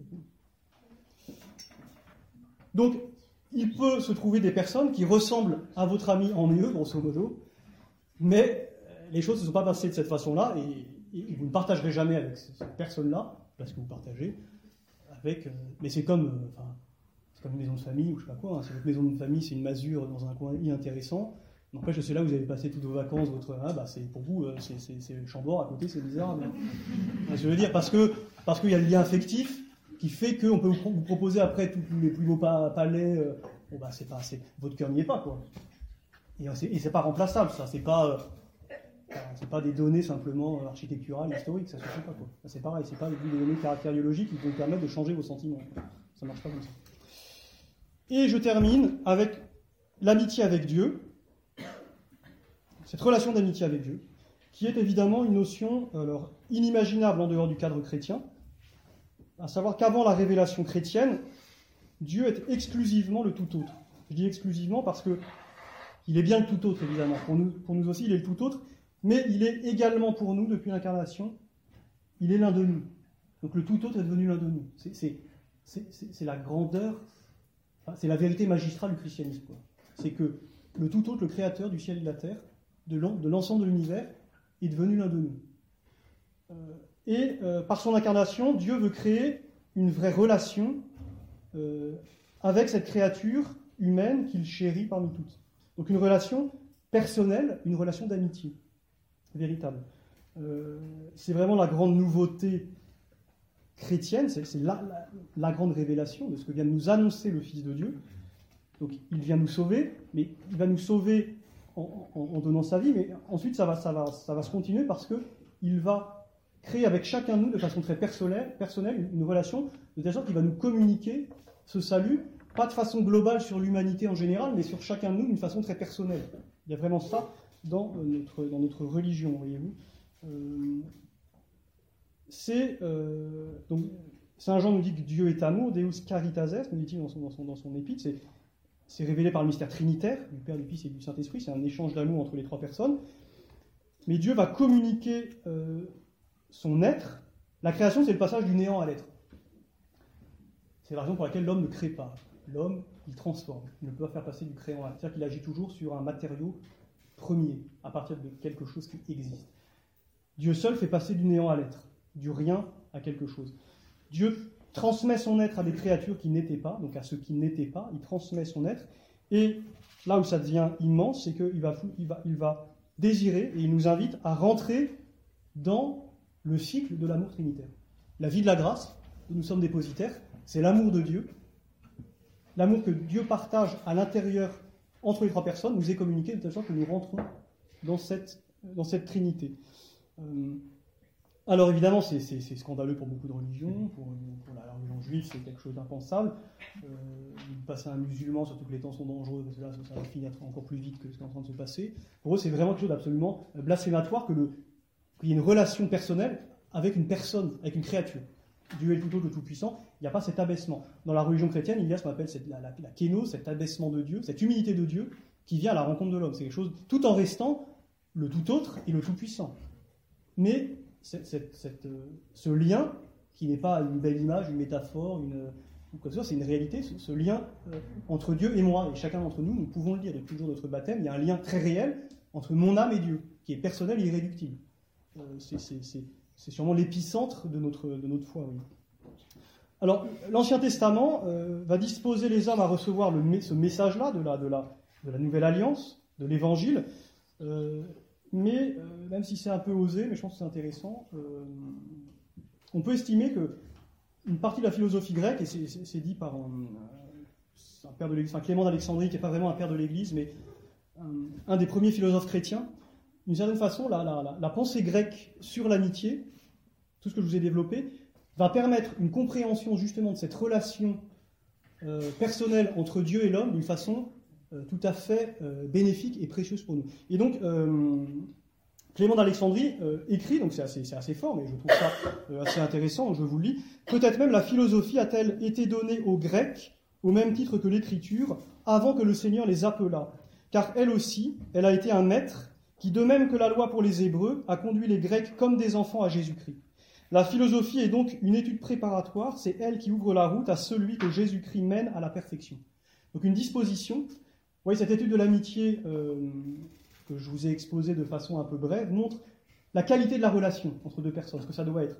Donc, il peut se trouver des personnes qui ressemblent à votre ami en mieux, grosso modo, mais les choses ne sont pas passées de cette façon-là, et vous ne partagerez jamais avec cette personne-là, parce que vous partagez avec... mais c'est comme une maison de famille, ou je sais pas quoi, hein. Si votre maison de famille, c'est une masure dans un coin inintéressant, n'empêche que c'est là où vous avez passé toutes vos vacances, c'est pour vous, c'est Chambord, à côté, c'est misérable. Hein. Je veux dire, parce qu'il y a le lien affectif, qui fait qu'on peut vous proposer après tous les plus beaux palais, votre cœur n'y est pas, quoi. Et c'est pas remplaçable, ça, c'est pas... C'est pas des données simplement architecturales, historiques, ça suffit pas, quoi. C'est pareil, c'est pas des données caractériologiques qui vont permettre de changer vos sentiments, quoi. Ça marche pas comme ça. Et je termine avec l'amitié avec Dieu, cette relation d'amitié avec Dieu, qui est évidemment une notion inimaginable en dehors du cadre chrétien, à savoir qu'avant la révélation chrétienne, Dieu est exclusivement le tout autre. Je dis exclusivement parce que il est bien le tout autre, évidemment. Pour nous aussi, il est le tout autre, mais il est également pour nous, depuis l'incarnation, il est l'un de nous. Donc le tout autre est devenu l'un de nous. C'est la grandeur, c'est la vérité magistrale du christianisme, quoi. C'est que le tout autre, le créateur du ciel et de la terre, de l'ensemble de l'univers, est devenu l'un de nous. Par son incarnation, Dieu veut créer une vraie relation avec cette créature humaine qu'il chérit parmi toutes. Donc une relation personnelle, une relation d'amitié, véritable. C'est vraiment la grande nouveauté chrétienne, c'est la grande révélation de ce que vient de nous annoncer le Fils de Dieu. Donc il vient nous sauver, mais il va nous sauver en donnant sa vie, mais ensuite ça va se continuer parce qu'il va créer avec chacun de nous de façon très personnelle une relation de telle sorte qu'il va nous communiquer ce salut, pas de façon globale sur l'humanité en général, mais sur chacun de nous d'une façon très personnelle. Il y a vraiment ça dans notre religion, voyez-vous. Donc, Saint Jean nous dit que Dieu est amour, Deus caritas est, nous dit-il dans son épître, c'est révélé par le mystère trinitaire, du Père, du Fils et du Saint-Esprit, c'est un échange d'amour entre les trois personnes. Mais Dieu va communiquer son être. La création, c'est le passage du néant à l'être. C'est la raison pour laquelle l'homme ne crée pas. L'homme, il transforme. Il ne peut pas faire passer du créant à l'être. C'est-à-dire qu'il agit toujours sur un matériau premier, à partir de quelque chose qui existe. Dieu seul fait passer du néant à l'être, du rien à quelque chose. Dieu transmet son être à des créatures qui n'étaient pas, donc à ceux qui n'étaient pas, il transmet son être. Et là où ça devient immense, c'est qu'il va désirer, et il nous invite à rentrer dans le cycle de l'amour trinitaire. La vie de la grâce, où nous sommes dépositaires, c'est l'amour de Dieu. L'amour que Dieu partage à l'intérieur entre les trois personnes nous est communiqué de telle sorte que nous rentrons dans cette Trinité. Alors évidemment, c'est scandaleux pour beaucoup de religions. Pour la religion juive, c'est quelque chose d'impensable. Passer un musulman, surtout que les temps sont dangereux, parce que là, ça va finir encore plus vite que ce qui est en train de se passer. Pour eux, c'est vraiment quelque chose d'absolument blasphématoire qu'il y ait une relation personnelle avec une personne, avec une créature. Dieu est le tout autre, le tout-puissant. Il n'y a pas cet abaissement. Dans la religion chrétienne, il y a ce qu'on appelle la kénos, cet abaissement de Dieu, cette humilité de Dieu qui vient à la rencontre de l'homme. C'est quelque chose, tout en restant le tout autre et le tout-puissant. Mais ce lien, qui n'est pas une belle image, une métaphore, ou quoi que ce soit, c'est une réalité, ce lien entre Dieu et moi. Et chacun d'entre nous, nous pouvons le dire depuis le jour de notre baptême, il y a un lien très réel entre mon âme et Dieu, qui est personnel et irréductible. C'est sûrement l'épicentre de notre foi. Oui. Alors, l'Ancien Testament va disposer les hommes à recevoir ce message-là de la Nouvelle Alliance, de l'Évangile, mais même si c'est un peu osé, mais je pense que c'est intéressant, on peut estimer qu'une partie de la philosophie grecque, et c'est dit par un père de l'Église, Clément d'Alexandrie, qui n'est pas vraiment un père de l'Église, mais un des premiers philosophes chrétiens, d'une certaine façon, la pensée grecque sur l'amitié, tout ce que je vous ai développé, va permettre une compréhension justement de cette relation personnelle entre Dieu et l'homme d'une façon tout à fait bénéfique et précieuse pour nous. Et donc, Clément d'Alexandrie écrit, donc c'est assez fort, mais je trouve ça assez intéressant, je vous le lis. Peut-être même la philosophie a-t-elle été donnée aux Grecs au même titre que l'Écriture, avant que le Seigneur les appelât. Car elle aussi, elle a été un maître qui, de même que la loi pour les Hébreux, a conduit les Grecs comme des enfants à Jésus-Christ. La philosophie est donc une étude préparatoire, c'est elle qui ouvre la route à celui que Jésus-Christ mène à la perfection. Donc une disposition. Vous voyez, cette étude de l'amitié que je vous ai exposée de façon un peu brève montre la qualité de la relation entre deux personnes, ce que ça doit être.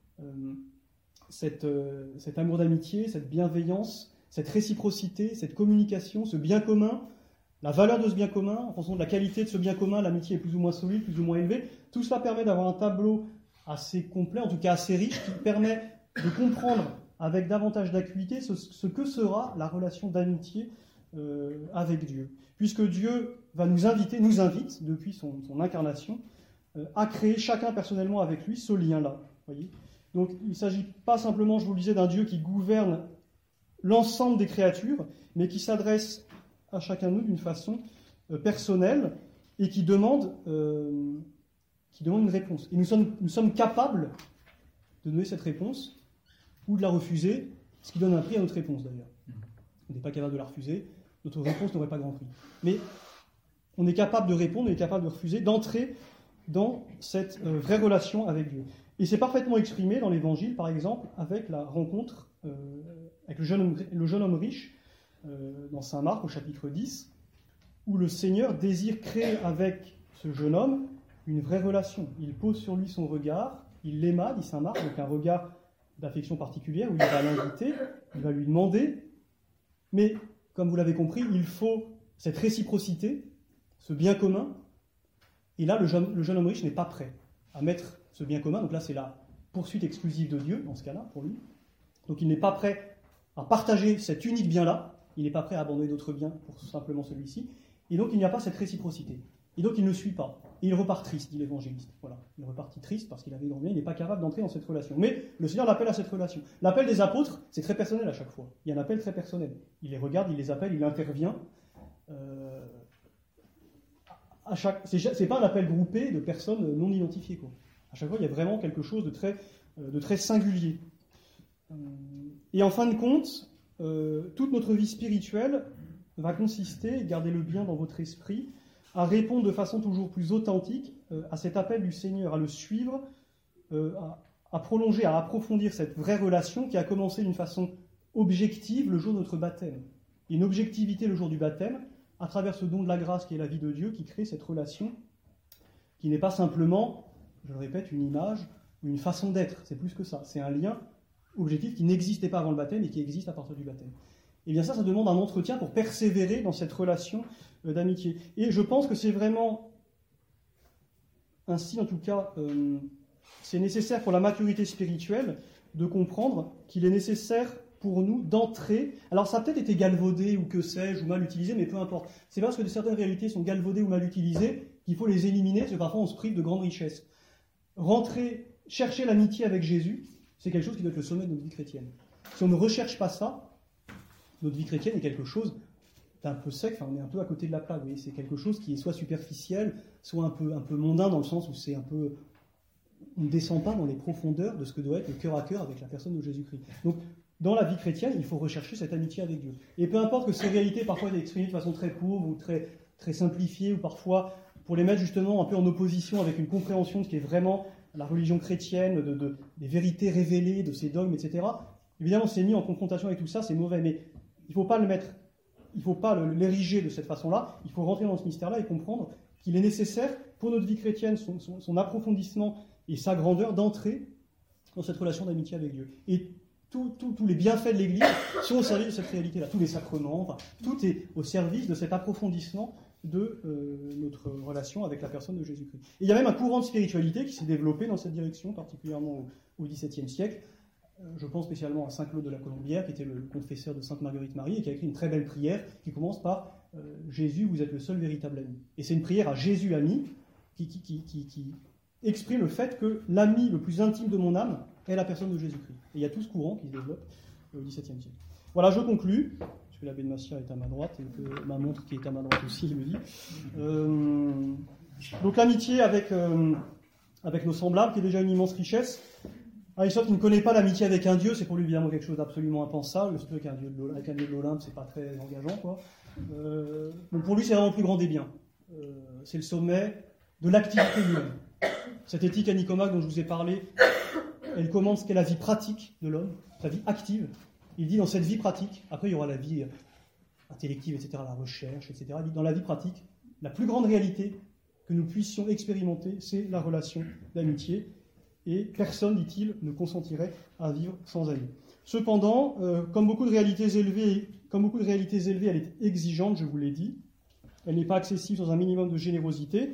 Cet amour d'amitié, cette bienveillance, cette réciprocité, cette communication, ce bien commun, la valeur de ce bien commun, en fonction de la qualité de ce bien commun, l'amitié est plus ou moins solide, plus ou moins élevée. Tout cela permet d'avoir un tableau assez complet, en tout cas assez riche, qui permet de comprendre avec davantage d'acuité ce que sera la relation d'amitié avec Dieu. Puisque Dieu va nous invite, depuis son incarnation, a créé chacun personnellement avec lui ce lien-là. Voyez ? Donc il ne s'agit pas simplement, je vous le disais, d'un Dieu qui gouverne l'ensemble des créatures, mais qui s'adresse à chacun de nous d'une façon personnelle et qui demande une réponse. Et nous sommes capables de donner cette réponse ou de la refuser, ce qui donne un prix à notre réponse d'ailleurs. On n'est pas capable de la refuser, notre réponse n'aurait pas grand prix. Mais on est capable de répondre, on est capable de refuser, d'entrer dans cette vraie relation avec Dieu. Et c'est parfaitement exprimé dans l'Évangile, par exemple, avec la rencontre avec le jeune homme riche, dans Saint Marc, au chapitre 10, où le Seigneur désire créer avec ce jeune homme une vraie relation. Il pose sur lui son regard, il l'aima, dit Saint Marc, donc un regard d'affection particulière, où il va l'inviter, il va lui demander, mais, comme vous l'avez compris, il faut cette réciprocité, ce bien commun, et là, le jeune homme riche n'est pas prêt à mettre ce bien commun, donc là, c'est la poursuite exclusive de Dieu, dans ce cas-là, pour lui. Donc il n'est pas prêt à partager cet unique bien-là, il n'est pas prêt à abandonner d'autres biens pour simplement celui-ci, et donc il n'y a pas cette réciprocité. Et donc il ne suit pas. Et il repart triste, dit l'évangéliste. Voilà. Il repartit triste parce qu'il avait grand bien, il n'est pas capable d'entrer dans cette relation. Mais le Seigneur l'appelle à cette relation. L'appel des apôtres, c'est très personnel à chaque fois. Il y a un appel très personnel. Il les regarde, il les appelle, il intervient. C'est pas un appel groupé de personnes non identifiées, quoi. À chaque fois, il y a vraiment quelque chose de très singulier. Et en fin de compte, toute notre vie spirituelle va consister, gardez-le bien dans votre esprit, à répondre de façon toujours plus authentique à cet appel du Seigneur, à le suivre, à prolonger, à approfondir cette vraie relation qui a commencé d'une façon objective le jour de notre baptême. Et une objectivité le jour du baptême, à travers ce don de la grâce qui est la vie de Dieu, qui crée cette relation qui n'est pas simplement, je le répète, une image ou une façon d'être, c'est plus que ça, c'est un lien objectif qui n'existait pas avant le baptême et qui existe à partir du baptême. Et bien ça demande un entretien pour persévérer dans cette relation d'amitié. Et je pense que c'est vraiment ainsi, en tout cas, c'est nécessaire pour la maturité spirituelle de comprendre qu'il est nécessaire pour nous d'entrer. Alors ça a peut-être été galvaudé ou que sais-je, ou mal utilisé, mais peu importe. C'est parce que certaines réalités sont galvaudées ou mal utilisées qu'il faut les éliminer, parce que parfois on se prive de grandes richesses. Rentrer, chercher l'amitié avec Jésus, c'est quelque chose qui doit être le sommet de notre vie chrétienne. Si on ne recherche pas ça, notre vie chrétienne est quelque chose d'un peu sec, enfin on est un peu à côté de la plaque, vous voyez, c'est quelque chose qui est soit superficiel, soit un peu mondain dans le sens où c'est un peu... On ne descend pas dans les profondeurs de ce que doit être le cœur à cœur avec la personne de Jésus-Christ. Donc, dans la vie chrétienne, il faut rechercher cette amitié avec Dieu. Et peu importe que ces réalités parfois soient exprimées de façon très pauvre ou très, très simplifiée, ou parfois pour les mettre justement un peu en opposition avec une compréhension de ce qui est vraiment la religion chrétienne, des vérités révélées, de ses dogmes, etc. Évidemment, c'est mis en confrontation avec tout ça, c'est mauvais, mais il ne faut pas le mettre, il ne faut pas l'ériger de cette façon-là, il faut rentrer dans ce mystère-là et comprendre qu'il est nécessaire pour notre vie chrétienne, son approfondissement et sa grandeur, d'entrer dans cette relation d'amitié avec Dieu. Et tous les bienfaits de l'Église sont au service de cette réalité-là. Tous les sacrements, enfin, tout est au service de cet approfondissement de notre relation avec la personne de Jésus-Christ. Et il y a même un courant de spiritualité qui s'est développé dans cette direction, particulièrement au XVIIe siècle. Je pense spécialement à Saint Claude de la Colombière, qui était le confesseur de Sainte Marguerite Marie, et qui a écrit une très belle prière qui commence par « Jésus, vous êtes le seul véritable ami ». Et c'est une prière à Jésus ami qui exprime le fait que l'ami le plus intime de mon âme est la personne de Jésus-Christ. Et il y a tout ce courant qui se développe au XVIIe siècle. Voilà, je conclus, puisque l'abbé de Massia est à ma droite, et que ma montre qui est à ma droite aussi me dit. Donc l'amitié avec nos semblables, qui est déjà une immense richesse. Aristote, qui ne connaît pas l'amitié avec un dieu, c'est pour lui évidemment quelque chose d'absolument impensable, surtout avec un dieu de l'Olympe, c'est pas très engageant, quoi. Donc pour lui, c'est vraiment le plus grand des biens. C'est le sommet de l'activité humaine. Cette éthique à Nicomaque dont je vous ai parlé, elle commande ce qu'est la vie pratique de l'homme, sa vie active. Il dit dans cette vie pratique, après il y aura la vie intellective, etc., la recherche, etc. Il dit dans la vie pratique, la plus grande réalité que nous puissions expérimenter, c'est la relation d'amitié. Et personne, dit-il, ne consentirait à vivre sans ami. Cependant, comme beaucoup de réalités élevées, elle est exigeante, je vous l'ai dit. Elle n'est pas accessible sans un minimum de générosité.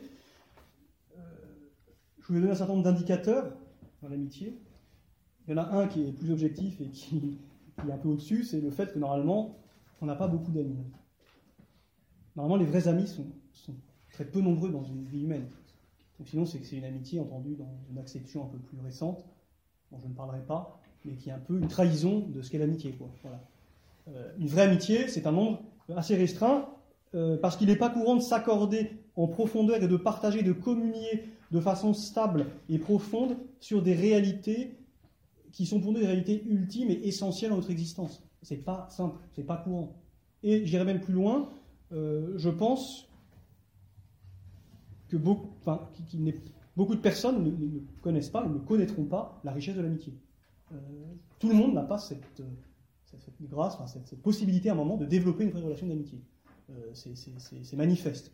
Je vous ai donné un certain nombre d'indicateurs dans l'amitié. Il y en a un qui est plus objectif et qui est un peu au-dessus, c'est le fait que normalement, on n'a pas beaucoup d'amis. Normalement, les vrais amis sont très peu nombreux dans une vie humaine. Ou sinon, c'est que c'est une amitié entendue dans une acception un peu plus récente, dont je ne parlerai pas, mais qui est un peu une trahison de ce qu'est l'amitié, quoi. Voilà. Une vraie amitié, c'est un nombre assez restreint, parce qu'il n'est pas courant de s'accorder en profondeur et de partager, de communier de façon stable et profonde sur des réalités qui sont pour nous des réalités ultimes et essentielles dans notre existence. C'est pas simple, c'est pas courant. Et j'irai même plus loin, je pense que beaucoup de personnes ne connaissent pas ou ne connaîtront pas la richesse de l'amitié. Tout le monde n'a pas cette grâce, cette possibilité à un moment de développer une vraie relation d'amitié. C'est manifeste.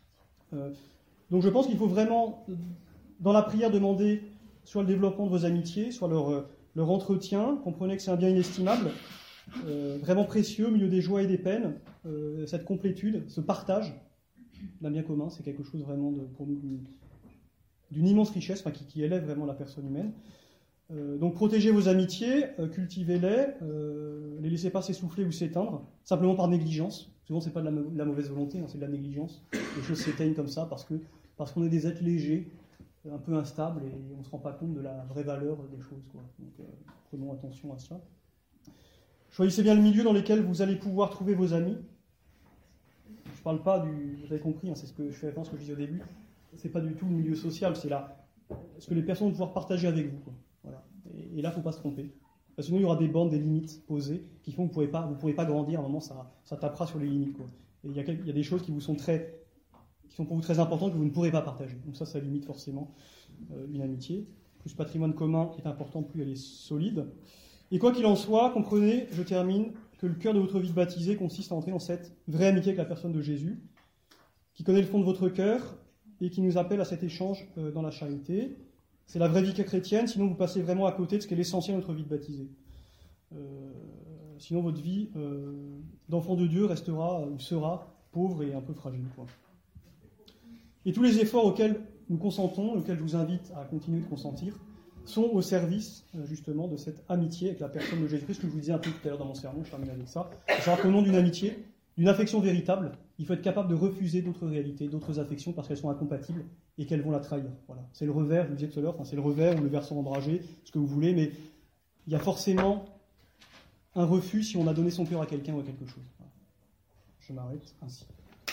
Donc je pense qu'il faut vraiment, dans la prière, demander soit le développement de vos amitiés, soit leur entretien. Comprenez que c'est un bien inestimable, vraiment précieux au milieu des joies et des peines. Cette complétude, ce partage d'un bien commun, c'est quelque chose vraiment pour nous d'une immense richesse, qui élève vraiment la personne humaine. Donc protégez vos amitiés, cultivez-les, les laissez pas s'essouffler ou s'éteindre, simplement par négligence. Souvent c'est pas de la mauvaise volonté, c'est de la négligence. Les choses s'éteignent comme ça parce qu'on est des êtres légers, un peu instables, et on ne se rend pas compte de la vraie valeur des choses, quoi. Donc prenons attention à ça. Choisissez bien le milieu dans lequel vous allez pouvoir trouver vos amis. Je parle pas vous avez compris, c'est ce que je fais référence, ce que je disais au début, c'est pas du tout le milieu social, c'est ce que les personnes vont pouvoir partager avec vous, quoi. Voilà. Et là, il ne faut pas se tromper. Parce que sinon, il y aura des bornes, des limites posées qui font que vous ne pourrez pas grandir. À un moment, ça tapera sur les limites, quoi. Et il y a des choses qui sont pour vous très importantes que vous ne pourrez pas partager. Donc ça limite forcément une amitié. Plus le patrimoine commun est important, plus elle est solide. Et quoi qu'il en soit, comprenez, je termine, que le cœur de votre vie de baptisé consiste à entrer dans cette vraie amitié avec la personne de Jésus, qui connaît le fond de votre cœur et qui nous appelle à cet échange dans la charité. C'est la vraie vie chrétienne, sinon vous passez vraiment à côté de ce qui est l'essentiel de notre vie de baptisé. Sinon votre vie d'enfant de Dieu restera ou sera pauvre et un peu fragile, quoi. Et tous les efforts auxquels nous consentons, auxquels je vous invite à continuer de consentir, sont au service justement de cette amitié avec la personne de Jésus-Christ, que je vous disais un peu tout à l'heure dans mon sermon, je termine avec ça. C'est savoir qu'au nom d'une amitié, d'une affection véritable, il faut être capable de refuser d'autres réalités, d'autres affections, parce qu'elles sont incompatibles et qu'elles vont la trahir. Voilà. C'est le revers, je vous disais tout à l'heure, c'est le revers ou le versant ombragé, ce que vous voulez, mais il y a forcément un refus si on a donné son cœur à quelqu'un ou à quelque chose. Voilà. Je m'arrête ainsi.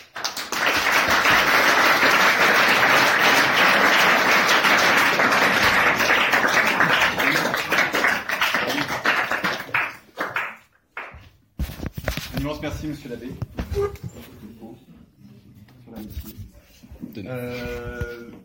Un immense merci, monsieur l'abbé. Sur l'amitié.